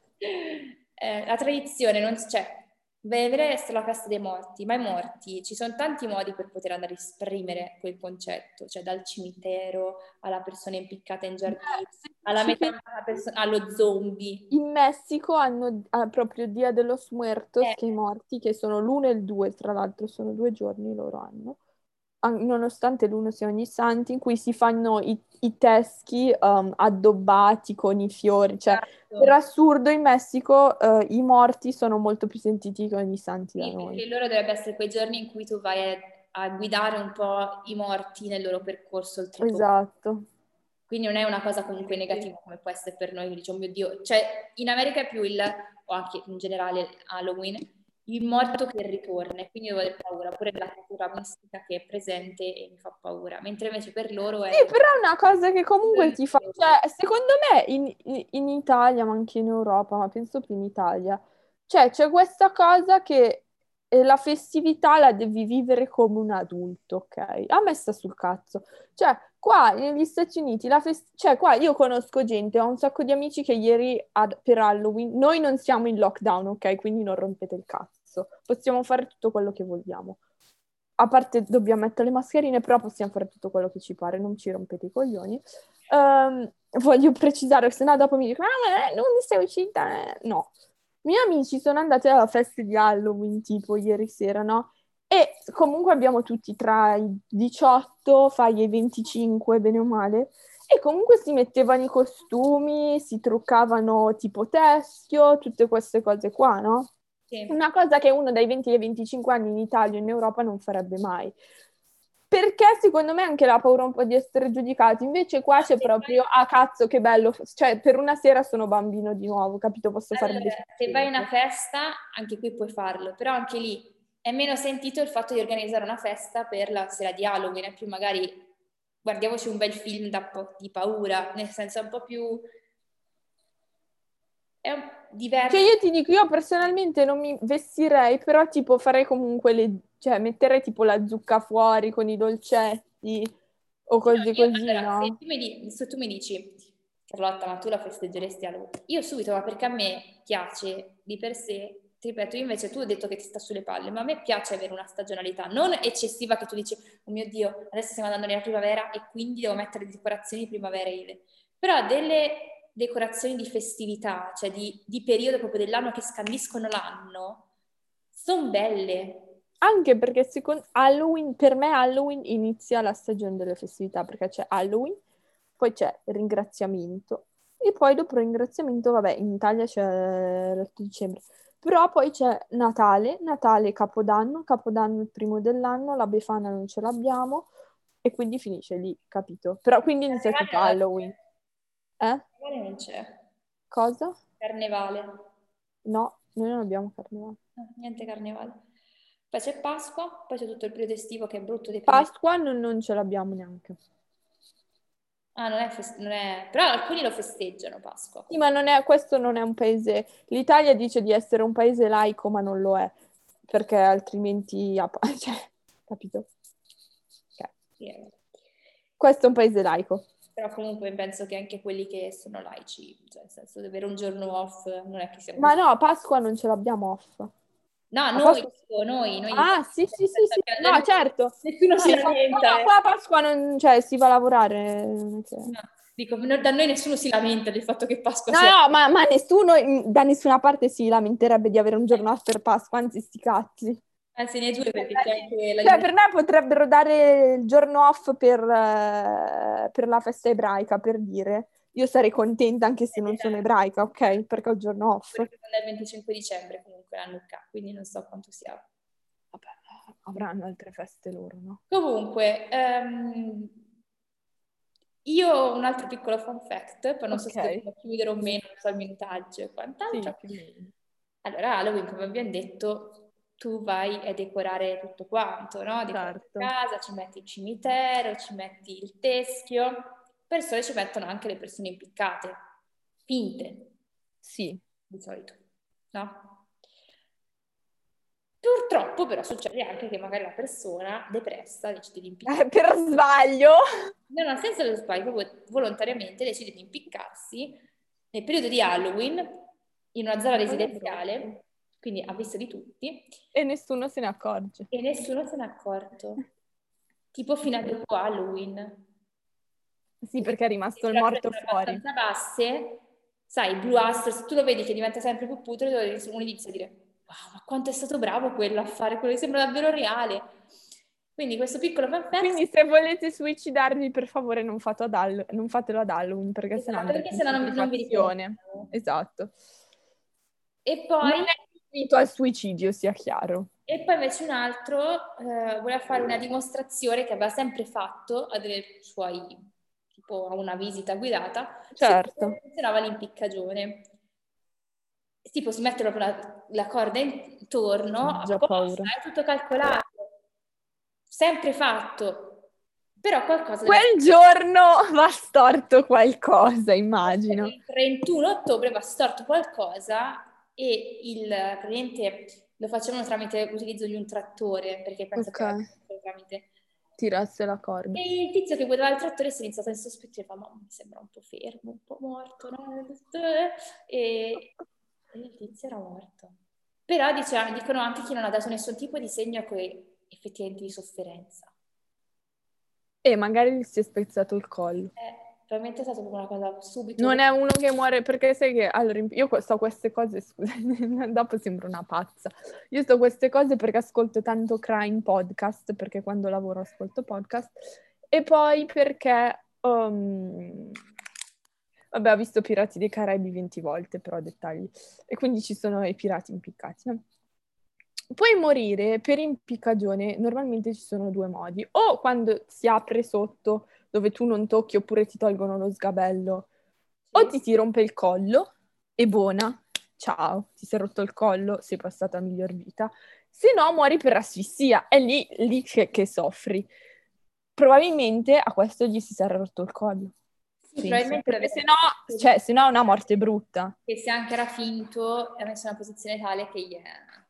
Speaker 1: La tradizione non c'è. Vedere la festa dei morti, ma i morti, ci sono tanti modi per poter andare a esprimere quel concetto, cioè dal cimitero alla persona impiccata in giardino,
Speaker 2: Se
Speaker 1: alla
Speaker 2: ci
Speaker 1: metà,
Speaker 2: pensi,
Speaker 1: allo zombie.
Speaker 2: in Messico hanno proprio Dia de los Muertos,
Speaker 1: Eh,
Speaker 2: che i morti, che sono l'1 e il 2, tra l'altro, sono 2 giorni loro hanno, nonostante l'uno sia ogni santi, in cui si fanno i teschi addobbati con i fiori. Cioè, per
Speaker 1: esatto.
Speaker 2: assurdo in Messico i morti sono molto più sentiti che ogni santi da
Speaker 1: Sì,
Speaker 2: noi.
Speaker 1: perché loro dovrebbe essere quei giorni in cui tu vai a guidare un po' i morti nel loro percorso oltretomba.
Speaker 2: Esatto.
Speaker 1: Quindi non è una cosa comunque negativa come può essere per noi, che diciamo, mio Dio, cioè in America è più o anche in generale Halloween, il morto che ritorna, e quindi devo avere paura, pure della cultura mistica che è presente e mi fa paura, mentre invece per loro
Speaker 2: Sì,
Speaker 1: è...
Speaker 2: però è una cosa che comunque ti fa, cioè, secondo me in Italia, ma anche in Europa, ma penso più in Italia, cioè c'è questa cosa che la festività la devi vivere come un adulto, ok? A me sta sul cazzo. Cioè, qua negli Stati Uniti, cioè qua io conosco gente, ho un sacco di amici che ieri per Halloween, noi non siamo in lockdown, ok? Quindi non rompete il cazzo, possiamo fare tutto quello che vogliamo. A parte dobbiamo mettere le mascherine, però possiamo fare tutto quello che ci pare, non ci rompete i coglioni. Voglio precisare, se no dopo mi dicono, ah, ma non sei uscita? No. I miei amici sono andati alla festa di Halloween, tipo ieri sera, no? E comunque abbiamo tutti tra i 18 fai i 25, bene o male, e comunque si mettevano i costumi, si truccavano tipo teschio, tutte queste cose qua, no?
Speaker 1: Sì.
Speaker 2: Una cosa che uno dai 20 ai 25 anni in Italia o in Europa non farebbe mai. perché secondo me anche la paura un po' di essere giudicati, invece qua c'è proprio, ah cazzo che bello, cioè per una sera sono bambino di nuovo, capito? Posso fare il
Speaker 1: Allora, se vai a una
Speaker 2: deficiente.
Speaker 1: festa, anche qui puoi farlo, però anche lì è meno sentito il fatto di organizzare una festa per la sera di Halloween, è più magari guardiamoci un bel film di paura, nel senso è un po' più... è diverso.
Speaker 2: Cioè io ti dico, io personalmente non mi vestirei, però tipo farei comunque cioè metterei tipo la zucca fuori con i dolcetti o
Speaker 1: Sì, no,
Speaker 2: cose così,
Speaker 1: allora,
Speaker 2: no?
Speaker 1: se tu mi dici, Carlotta, ma tu la festeggeresti Halloween? Io subito, ma perché a me piace di per sé, ti ripeto, io invece tu hai detto che ti sta sulle palle, ma a me piace avere una stagionalità, non eccessiva che tu dici, oh mio Dio, adesso stiamo andando nella primavera e quindi devo mettere decorazioni di primavera però delle decorazioni di festività, cioè di periodo proprio dell'anno che scandiscono l'anno, sono belle.
Speaker 2: Anche perché secondo Halloween, per me Halloween inizia la stagione delle festività, perché c'è Halloween, poi c'è il ringraziamento e poi dopo il ringraziamento, vabbè, in Italia c'è l'8 dicembre, però poi c'è Natale, Natale Capodanno, Capodanno il primo dell'anno, la Befana non ce l'abbiamo e quindi finisce lì, capito? Però quindi inizia tutto Halloween. Eh?
Speaker 1: Carnevale non c'è.
Speaker 2: Cosa?
Speaker 1: Carnevale.
Speaker 2: No, noi non abbiamo carnevale.
Speaker 1: Niente carnevale. Poi c'è Pasqua, poi c'è tutto il periodo estivo che è brutto, deprimente.
Speaker 2: Pasqua non ce l'abbiamo neanche.
Speaker 1: Ah, non è... Però alcuni lo festeggiano Pasqua
Speaker 2: Sì, ma
Speaker 1: comunque.
Speaker 2: questo non è un paese. L'Italia dice di essere un paese laico, ma non lo è, perché altrimenti, cioè, capito? Ok.
Speaker 1: Sì,
Speaker 2: Questo è un paese laico.
Speaker 1: però comunque penso che anche quelli che sono laici, cioè nel senso di avere un giorno off, non è che siamo
Speaker 2: Ma
Speaker 1: tutti...
Speaker 2: no, a Pasqua non ce l'abbiamo off.
Speaker 1: No,
Speaker 2: A Pasqua...
Speaker 1: noi
Speaker 2: Ah, sì, sì, sì, sì.
Speaker 1: da
Speaker 2: No,
Speaker 1: noi
Speaker 2: certo.
Speaker 1: nessuno
Speaker 2: No,
Speaker 1: si
Speaker 2: infatti, no,
Speaker 1: lamenta,
Speaker 2: no, qua a Pasqua non, cioè, si va a lavorare. Non è che-
Speaker 1: No, dico, da noi nessuno si lamenta del fatto che Pasqua
Speaker 2: No,
Speaker 1: sia...
Speaker 2: no, ma nessuno da nessuna parte si lamenterebbe di avere un giorno off per Pasqua, anzi, sti cazzi.
Speaker 1: Anzi, ne hai due perché c'è anche la
Speaker 2: Cioè,
Speaker 1: libertà.
Speaker 2: per me potrebbero dare il giorno off per la festa ebraica, per dire. Io sarei contenta anche se non sono ebraica, ok? Perché ho il giorno off.
Speaker 1: Non è il 25 dicembre comunque la Hanukkah, quindi non so quanto sia.
Speaker 2: Vabbè, avranno altre feste loro, no?
Speaker 1: Comunque, io ho un altro piccolo fun fact, poi non so
Speaker 2: Ok,
Speaker 1: se dobbiamo chiudere o
Speaker 2: sì,
Speaker 1: meno, non so il minutaggio e
Speaker 2: sì,
Speaker 1: quant'altro.
Speaker 2: più o meno.
Speaker 1: Allora, Halloween, come abbiamo detto, tu vai a decorare tutto quanto, no? Decori
Speaker 2: Certo.
Speaker 1: casa, ci metti il cimitero, ci metti il teschio. Persone ci mettono anche le persone impiccate, finte,
Speaker 2: Sì.
Speaker 1: di solito, no? Purtroppo però succede anche che magari la persona depressa decide di impiccarsi.
Speaker 2: Per sbaglio.
Speaker 1: Non ha senso dello sbaglio, proprio volontariamente decide di impiccarsi nel periodo di Halloween in una zona
Speaker 2: Cosa brutto.
Speaker 1: residenziale, quindi a vista di tutti,
Speaker 2: E nessuno se ne accorge.
Speaker 1: e nessuno se n'è accorto. Tipo fino a dopo Halloween.
Speaker 2: Sì, perché è rimasto il
Speaker 1: Temperature
Speaker 2: morto
Speaker 1: sono
Speaker 2: fuori.
Speaker 1: abbastanza basse, sai, il Blue Astro, se tu lo vedi che diventa sempre più putrido, uno inizia a dire, wow, ma quanto è stato bravo quello a fare, quello che sembra davvero reale. Quindi questo piccolo fun fact,
Speaker 2: Quindi se volete suicidarvi, per favore, non fatelo ad Halloween, perché sennò
Speaker 1: esatto,
Speaker 2: andrete
Speaker 1: perché
Speaker 2: in
Speaker 1: se no non vi
Speaker 2: putrefazione.
Speaker 1: riconoscono.
Speaker 2: Esatto.
Speaker 1: E
Speaker 2: Non
Speaker 1: poi,
Speaker 2: è invito al suicidio, sia chiaro.
Speaker 1: e poi invece un altro voleva fare una dimostrazione che aveva sempre fatto a dei suoi, tipo a una visita guidata, su come
Speaker 2: Certo.
Speaker 1: funzionava l'impiccagione. Tipo si mette proprio la corda intorno,
Speaker 2: Già
Speaker 1: apposta,
Speaker 2: paura.
Speaker 1: è tutto calcolato, sempre fatto, però qualcosa deve essere...
Speaker 2: Quel giorno va storto qualcosa, immagino.
Speaker 1: Il 31 ottobre va storto qualcosa e praticamente lo facevano tramite l'utilizzo di un trattore, perché penso
Speaker 2: Ok,
Speaker 1: che era tramite...
Speaker 2: tirasse la corda.
Speaker 1: E il tizio che guidava il trattore si è iniziato a insospettire, fa, ma mi sembra un po' fermo, un po' morto, no? E il tizio era morto. Però dicono anche che non ha dato nessun tipo di segno effettivamente di sofferenza.
Speaker 2: E magari gli si è spezzato il collo.
Speaker 1: Probabilmente è stata proprio una cosa subito.
Speaker 2: Non è uno che muore perché sai che allora io so queste cose, scusa, dopo sembro una pazza. Io so queste cose perché ascolto tanto crime podcast, perché quando lavoro ascolto podcast, e poi perché vabbè, ho visto Pirati dei Caraibi 20 volte, però dettagli. E quindi ci sono i pirati impiccati, no? puoi morire per impiccagione, normalmente ci sono due modi. O quando si apre sotto, dove tu non tocchi, oppure ti tolgono lo sgabello. O
Speaker 1: Sì.
Speaker 2: ti rompe il collo, e buona, ciao, ti sei rotto il collo, sei passata a miglior vita. Se no, muori per asfissia, è lì che soffri. Probabilmente a questo gli si sarà rotto il collo,
Speaker 1: Sì,
Speaker 2: penso.
Speaker 1: probabilmente
Speaker 2: Perché
Speaker 1: aveva
Speaker 2: se no è una morte brutta.
Speaker 1: che se anche era finto, è messo in una posizione tale che gli è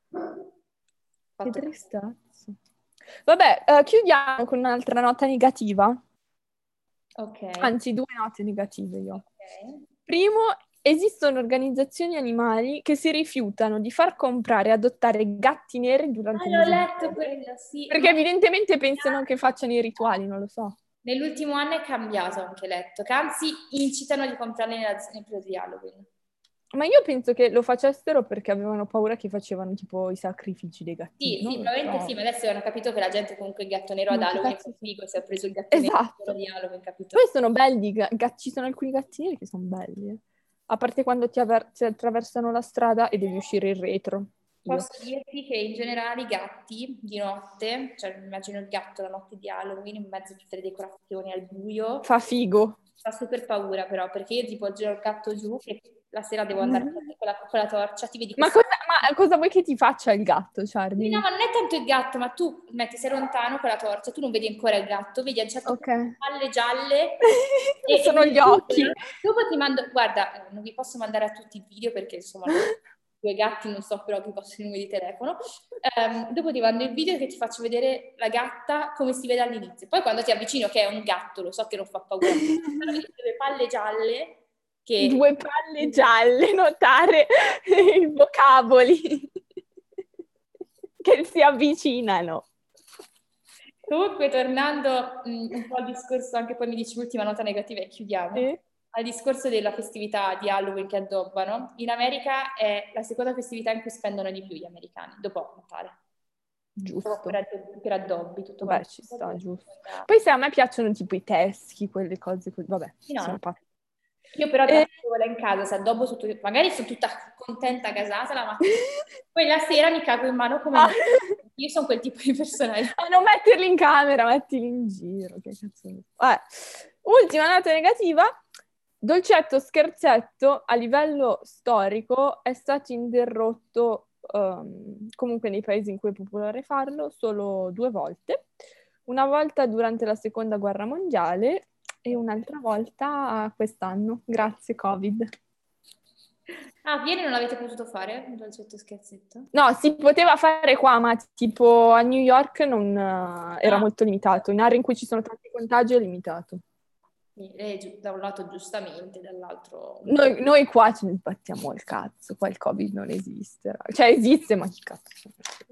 Speaker 2: Che
Speaker 1: fatto capire.
Speaker 2: tristezza. Vabbè, chiudiamo con un'altra nota negativa.
Speaker 1: Ok,
Speaker 2: Anzi, due note negative io.
Speaker 1: ok.
Speaker 2: Primo, esistono organizzazioni animali che si rifiutano di far comprare e adottare gatti neri durante
Speaker 1: Ah,
Speaker 2: il
Speaker 1: l'ho
Speaker 2: mese di
Speaker 1: letto
Speaker 2: ottobre,
Speaker 1: quello, sì, ma
Speaker 2: perché evidentemente pensano che facciano i rituali, non lo so.
Speaker 1: nell'ultimo anno è cambiato, ho anche letto, che anzi incitano di comprarli nel periodo di Halloween.
Speaker 2: Ma io penso che lo facessero perché avevano paura che facevano tipo i sacrifici dei gattini,
Speaker 1: Sì,
Speaker 2: non
Speaker 1: sì,
Speaker 2: lo
Speaker 1: probabilmente sì,
Speaker 2: so.
Speaker 1: ma adesso hanno capito che la gente comunque il gatto nero ad
Speaker 2: Ma che
Speaker 1: Halloween è
Speaker 2: cazzo
Speaker 1: più
Speaker 2: sia?
Speaker 1: figo, si è preso il gatto nero il giorno
Speaker 2: Esatto.
Speaker 1: di Halloween, capito?
Speaker 2: Poi sono belli, ci sono alcuni gattini che sono belli. A parte quando ti attraversano la strada e devi uscire in retro. Io.
Speaker 1: Posso dirti che in generale i gatti di notte, cioè immagino il gatto la notte di Halloween in mezzo a tutte le decorazioni al buio,
Speaker 2: Fa figo.
Speaker 1: fa super paura però, perché io tipo giro il gatto giù che la sera devo andare a letto con la torcia, ti vedi questo...
Speaker 2: Ma cosa vuoi che ti faccia il gatto,
Speaker 1: Sì, no,
Speaker 2: Charlie?
Speaker 1: ma non è tanto il gatto, ma tu metti, sei lontano con la torcia, tu non vedi ancora il gatto, vedi a un certo
Speaker 2: Ok.
Speaker 1: punto palle gialle e
Speaker 2: Sono
Speaker 1: vedi
Speaker 2: gli occhi.
Speaker 1: nuvola. Dopo ti mando, guarda, non vi posso mandare a tutti i video perché insomma due gatti non so però vi posso i numeri di telefono. Dopo ti mando il video che ti faccio vedere la gatta come si vede all'inizio. Poi quando ti avvicino che è un gatto, lo so che non fa paura, però vedi delle palle gialle che...
Speaker 2: Due palle gialle, notare i vocaboli che si avvicinano.
Speaker 1: Comunque, tornando un po' al discorso, anche poi mi dici l'ultima nota negativa e chiudiamo,
Speaker 2: Sì?
Speaker 1: al discorso della festività di Halloween che addobbano, in America è la seconda festività in cui spendono di più gli americani, dopo Natale. Proprio
Speaker 2: Giusto.
Speaker 1: per addobbi, tutto
Speaker 2: Vabbè,
Speaker 1: quanto.
Speaker 2: ci sta, giusto. Poi se a me piacciono tipo i teschi, quelle cose, vabbè,
Speaker 1: Sì, no,
Speaker 2: sono
Speaker 1: no.
Speaker 2: pazza.
Speaker 1: Io però da
Speaker 2: E...
Speaker 1: sola in casa, se addobbo tutto, magari sono tutta contenta casata la mattina, poi la sera mi cago in mano come
Speaker 2: Ah.
Speaker 1: no. Io sono quel tipo di personalità.
Speaker 2: A non metterli in camera, mettili in giro. Che cazzo ne... Ultima nota negativa. Dolcetto scherzetto a livello storico è stato interrotto comunque nei paesi in cui è popolare farlo solo due volte. Una volta durante la seconda guerra mondiale e un'altra volta quest'anno, grazie Covid.
Speaker 1: Ah, ieri non l'avete potuto fare, un dolcetto scherzetto?
Speaker 2: No, si poteva fare qua, ma tipo a New York non, era
Speaker 1: Ah,
Speaker 2: molto limitato. In aree in cui ci sono tanti contagi è limitato.
Speaker 1: sì, da un lato giustamente, dall'altro un po'.
Speaker 2: Noi qua ci sbattiamo il cazzo, qua il Covid non esiste. Cioè esiste, ma che cazzo.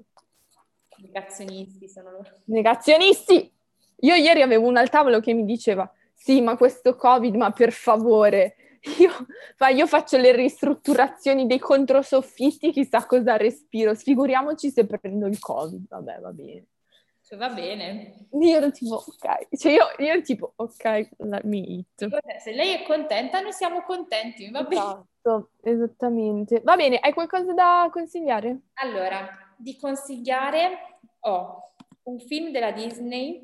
Speaker 1: Negazionisti sono loro.
Speaker 2: Negazionisti! Io ieri avevo uno al tavolo che mi diceva, sì, ma questo Covid, ma per favore, io faccio le ristrutturazioni dei controsoffitti, chissà cosa respiro, figuriamoci se prendo il Covid. Vabbè, va bene.
Speaker 1: Cioè, va bene.
Speaker 2: Io ero tipo, ok. Cioè io ero tipo, ok, let me eat.
Speaker 1: Se lei è contenta, noi siamo contenti, va bene.
Speaker 2: Esatto, esattamente. Va bene, hai qualcosa da consigliare?
Speaker 1: Allora, di consigliare ho un film della Disney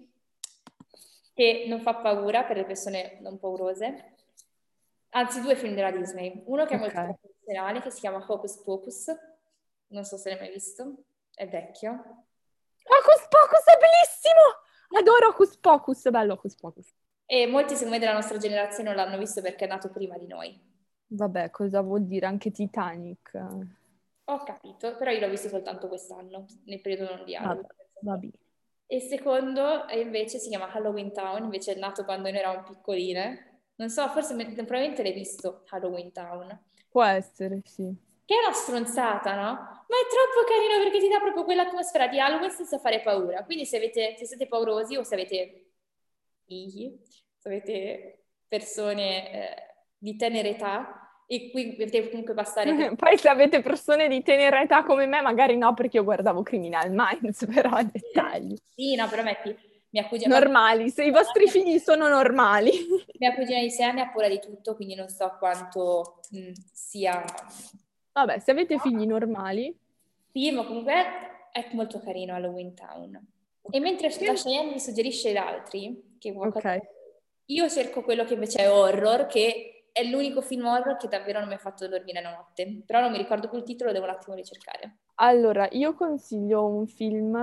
Speaker 1: che non fa paura per le persone non paurose, anzi due film della Disney, uno che è
Speaker 2: Ok.
Speaker 1: molto tradizionale che si chiama Hocus Pocus, non so se l'hai mai visto, è vecchio,
Speaker 2: Hocus Pocus è bellissimo! Adoro Hocus Pocus, è bello Hocus Pocus.
Speaker 1: e molti secondo me della nostra generazione non l'hanno visto perché è nato prima di noi.
Speaker 2: Vabbè, cosa vuol dire anche Titanic?
Speaker 1: Ho capito, però io l'ho visto soltanto quest'anno, nel periodo non di Halloween.
Speaker 2: Vabbè, va bene.
Speaker 1: E il secondo invece si chiama Halloween Town, invece è nato quando noi eravamo piccoline. Non so, forse probabilmente l'hai visto Halloween Town.
Speaker 2: Può essere, sì.
Speaker 1: Che è una stronzata, no? Ma è troppo carino perché ti dà proprio quell'atmosfera di Halloween senza fare paura. Quindi se siete paurosi o se avete figli, se avete persone di tenera età e qui dovete comunque passare per...
Speaker 2: Poi se avete persone di tenera età come me, magari no, perché io guardavo Criminal Minds, però dettagli.
Speaker 1: Sì, no, però metti mia cugina... vabbè,
Speaker 2: Normali, se i vostri figli sono normali.
Speaker 1: mia cugina di 6 anni ha paura di tutto, quindi non so quanto sia...
Speaker 2: Vabbè, se avete figli normali,
Speaker 1: Film comunque È molto carino Halloween Town. E mentre la Cheyenne mi suggerisce gli altri,
Speaker 2: Ok.
Speaker 1: io cerco quello che invece è horror, che è l'unico film horror che davvero non mi ha fatto dormire la notte. Però non mi ricordo più il titolo, devo un attimo ricercare.
Speaker 2: Allora, io consiglio un film,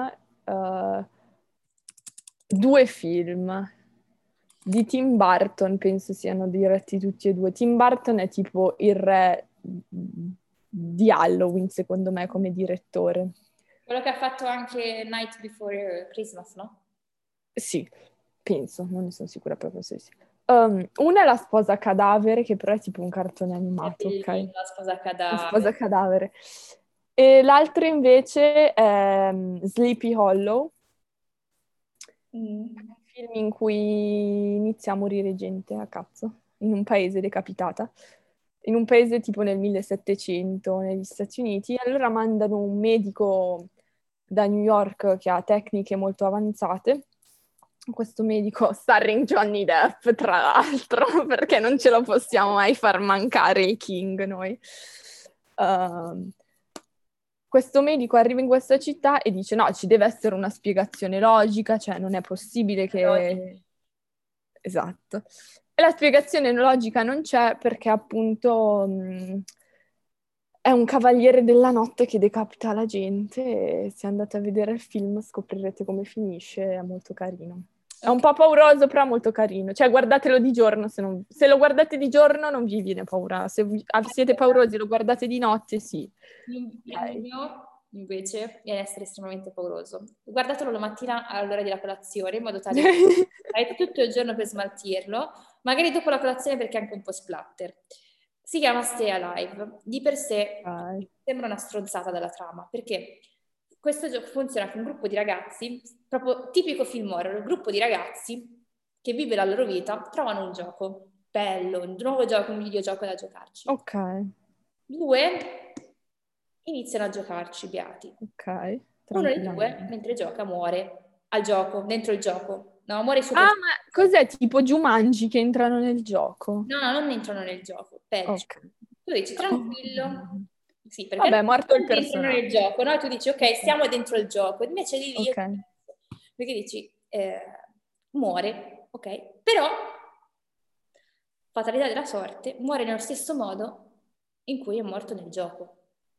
Speaker 2: due film di Tim Burton, penso siano diretti tutti e due. Tim Burton è tipo il re di Halloween, secondo me, come direttore.
Speaker 1: Quello che ha fatto anche Night Before Christmas, no?
Speaker 2: Sì, penso, non ne sono sicura proprio se sì. Una è La sposa cadavere, che però è tipo un cartone
Speaker 1: È
Speaker 2: animato, ok?
Speaker 1: bellina la sposa
Speaker 2: La sposa
Speaker 1: cadavere.
Speaker 2: cadavere. E l'altro invece è Sleepy Hollow,
Speaker 1: Mm.
Speaker 2: un film in cui inizia a morire gente a cazzo, in un paese decapitata, in un paese tipo nel 1700 negli Stati Uniti. E allora mandano un medico da New York che ha tecniche molto avanzate. Questo medico, starring Johnny Depp, tra l'altro, perché non ce lo possiamo mai far mancare il King noi. Ehm, Questo medico arriva in questa città e dice: no, ci deve essere una spiegazione logica, cioè non è possibile
Speaker 1: Logica.
Speaker 2: che... Esatto. E la spiegazione logica non c'è perché appunto è un cavaliere della notte che decapita la gente e se andate a vedere il film scoprirete come finisce, è molto carino. È un
Speaker 1: Ok.
Speaker 2: po' pauroso, però molto carino. Cioè, guardatelo di giorno, se lo guardate di giorno non vi viene paura. Se siete paurosi e lo guardate di notte, sì.
Speaker 1: Il
Speaker 2: Ok.
Speaker 1: mio invece viene a essere estremamente pauroso. Guardatelo la mattina all'ora della colazione in modo tale che avete tutto il giorno per smaltirlo, magari dopo la colazione perché è anche un po' splatter. Si chiama Stay Alive. Di per sé
Speaker 2: Ok.
Speaker 1: sembra una stronzata dalla trama, perché questo gioco funziona con un gruppo di ragazzi, proprio tipico film horror, un gruppo di ragazzi che vive la loro vita, trovano un gioco bello, un nuovo gioco, un videogioco da giocarci.
Speaker 2: Ok,
Speaker 1: Due iniziano a giocarci, beati.
Speaker 2: ok,
Speaker 1: Uno dei due,
Speaker 2: tranquillamente.
Speaker 1: mentre gioca, muore al gioco, dentro il gioco. No, muore
Speaker 2: Ah,
Speaker 1: super.
Speaker 2: ma cos'è tipo Jumanji che entrano nel gioco?
Speaker 1: No, no, non entrano nel gioco, peggio.
Speaker 2: Ok.
Speaker 1: Tu dici
Speaker 2: Oh.
Speaker 1: tranquillo, sì, perché
Speaker 2: Vabbè, è morto il
Speaker 1: non entrano nel
Speaker 2: personaggio.
Speaker 1: gioco, no? Tu dici ok,
Speaker 2: Ok.
Speaker 1: stiamo dentro il gioco, invece di lì,
Speaker 2: Ok.
Speaker 1: perché dici muore, ok? Però, fatalità della sorte, muore nello stesso modo in cui è morto nel gioco.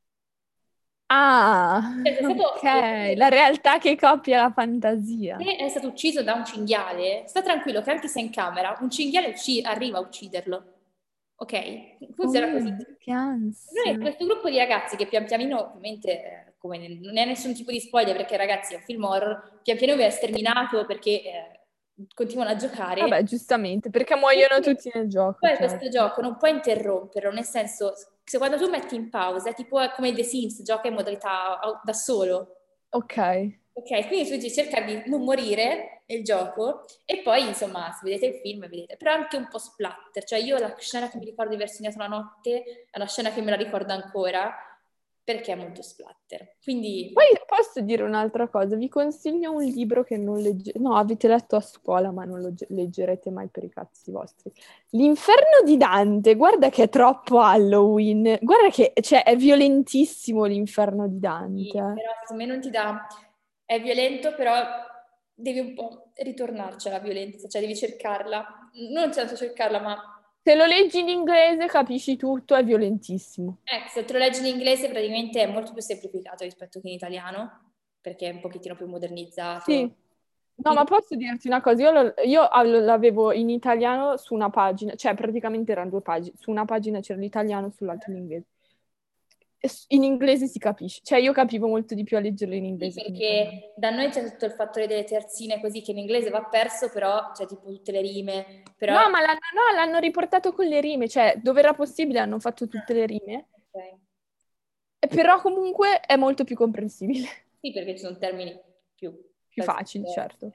Speaker 2: Ah,
Speaker 1: Cioè,
Speaker 2: ok, la realtà che copia la fantasia.
Speaker 1: è stato ucciso da un cinghiale, sta tranquillo che anche se è in camera, un cinghiale arriva a ucciderlo. Ok?
Speaker 2: Oh
Speaker 1: Funziona
Speaker 2: mio
Speaker 1: così.
Speaker 2: Dio, che
Speaker 1: Noi,
Speaker 2: ansia.
Speaker 1: questo gruppo di ragazzi che pian pianino, ovviamente, non è nessun tipo di spoiler perché ragazzi è un film horror, pian piano viene sterminato perché continuano a giocare.
Speaker 2: Vabbè, giustamente, perché muoiono tutti nel gioco,
Speaker 1: Poi questo
Speaker 2: certo.
Speaker 1: gioco non puoi interromperlo, nel senso, se quando tu metti in pausa, è tipo come The Sims, gioca in modalità da solo.
Speaker 2: Ok.
Speaker 1: Ok, quindi tu cerca di non morire nel gioco e poi, insomma, se vedete il film, vedete. Però anche un po' splatter, cioè io la scena che mi ricordo di aver sognato la notte è una scena che me la ricordo ancora perché è molto splatter.
Speaker 2: Poi
Speaker 1: Quindi,
Speaker 2: posso dire un'altra cosa, vi consiglio un libro che non leggete, no, avete letto a scuola, ma non lo leggerete mai per i cazzi vostri. L'Inferno di Dante, guarda che è troppo Halloween, guarda che, cioè, è violentissimo l'Inferno di
Speaker 1: sì,
Speaker 2: Dante.
Speaker 1: però secondo me non ti dà... È violento, però devi un po' ritornarci alla violenza, cioè devi cercarla. Non tanto cercarla, ma
Speaker 2: Se lo leggi in inglese capisci tutto, è violentissimo.
Speaker 1: se te lo leggi in inglese praticamente è molto più semplificato rispetto che in italiano, perché è un pochettino più modernizzato.
Speaker 2: Sì. No, ma
Speaker 1: Quindi,
Speaker 2: posso dirti una cosa? L'avevo in italiano su una pagina, cioè praticamente erano due pagine, su una pagina c'era l'italiano, sull'altra l'inglese. In inglese si capisce, cioè io capivo molto di più a leggerlo in
Speaker 1: sì,
Speaker 2: inglese che in italiano.
Speaker 1: perché da noi c'è tutto il fattore delle terzine così che in inglese va perso, però c'è tipo tutte le rime, però...
Speaker 2: No, ma l'hanno riportato con le rime, cioè dove era possibile hanno fatto tutte le rime,
Speaker 1: Ok.
Speaker 2: però comunque è molto più comprensibile,
Speaker 1: Sì, perché ci sono termini più
Speaker 2: più
Speaker 1: facili.
Speaker 2: facile, certo.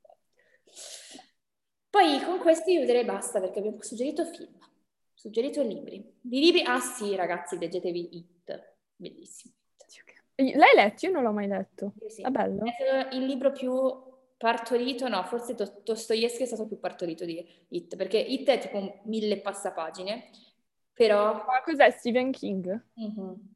Speaker 1: Poi con questi io direi basta perché abbiamo suggerito film, suggerito libri. Di libri, ah sì ragazzi, leggetevi It, bellissimo.
Speaker 2: L'hai letto? Io non l'ho mai letto.
Speaker 1: Sì, sì.
Speaker 2: È
Speaker 1: È
Speaker 2: bello?
Speaker 1: stato il libro più partorito, no, forse Dostoevsky è stato più partorito di It, perché It è tipo 1000 passapagine, però...
Speaker 2: Ma cos'è Stephen King?
Speaker 1: Mhm.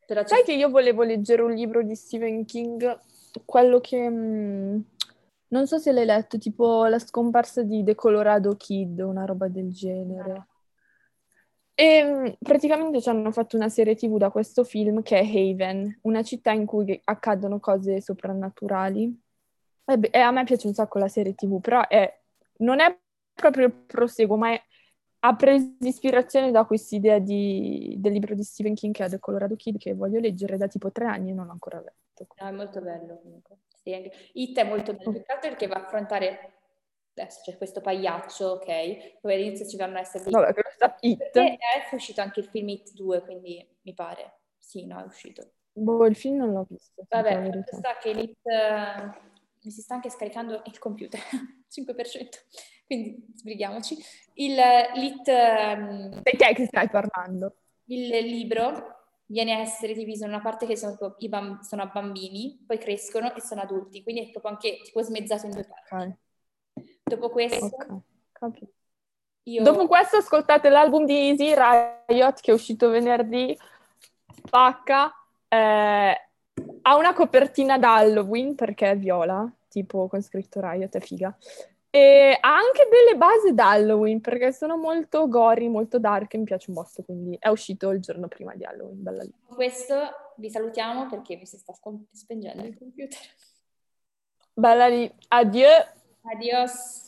Speaker 1: Però
Speaker 2: Sai che io volevo leggere un libro di Stephen King, quello che non so se l'hai letto, tipo La scomparsa di The Colorado Kid, una roba del genere. E praticamente ci hanno fatto una serie TV da questo film che è Haven, una città in cui accadono cose soprannaturali. E a me piace un sacco la serie TV, però non è proprio il proseguo, ha preso ispirazione da quest'idea del libro di Stephen King che è The Colorado Kid, che voglio leggere da tipo 3 anni e non l'ho ancora letto.
Speaker 1: No, è molto bello comunque. Sì, It è molto bello, più che altro perché va a affrontare, adesso c'è questo pagliaccio, ok, dove all'inizio ci vanno a essere dei...
Speaker 2: Vabbè, quello sta
Speaker 1: Perché
Speaker 2: It.
Speaker 1: è uscito anche il film It 2, quindi mi pare. Sì, no, è uscito.
Speaker 2: Boh, il film non l'ho visto, ti dico la
Speaker 1: Vabbè, fatto
Speaker 2: verità.
Speaker 1: sta che It, mi si sta anche scaricando il computer, 5%, quindi sbrighiamoci. L'It,
Speaker 2: Sei te che stai parlando.
Speaker 1: il libro viene a essere diviso in una parte che sono, sono a bambini, poi crescono e sono adulti, quindi è proprio anche tipo smezzato in due parti.
Speaker 2: Ok,
Speaker 1: Dopo questo,
Speaker 2: ok, capito.
Speaker 1: io...
Speaker 2: Dopo questo ascoltate l'album di Easy Riot che è uscito venerdì, spacca, ha una copertina da Halloween perché è viola, tipo con scritto Riot, è figa. E ha anche delle basi da Halloween perché sono molto gory, molto dark e mi piace un botto, quindi è uscito il giorno prima di Halloween, bella lì.
Speaker 1: Con questo vi salutiamo perché mi si sta spengendo il computer.
Speaker 2: Bella lì, adieu!
Speaker 1: Adios!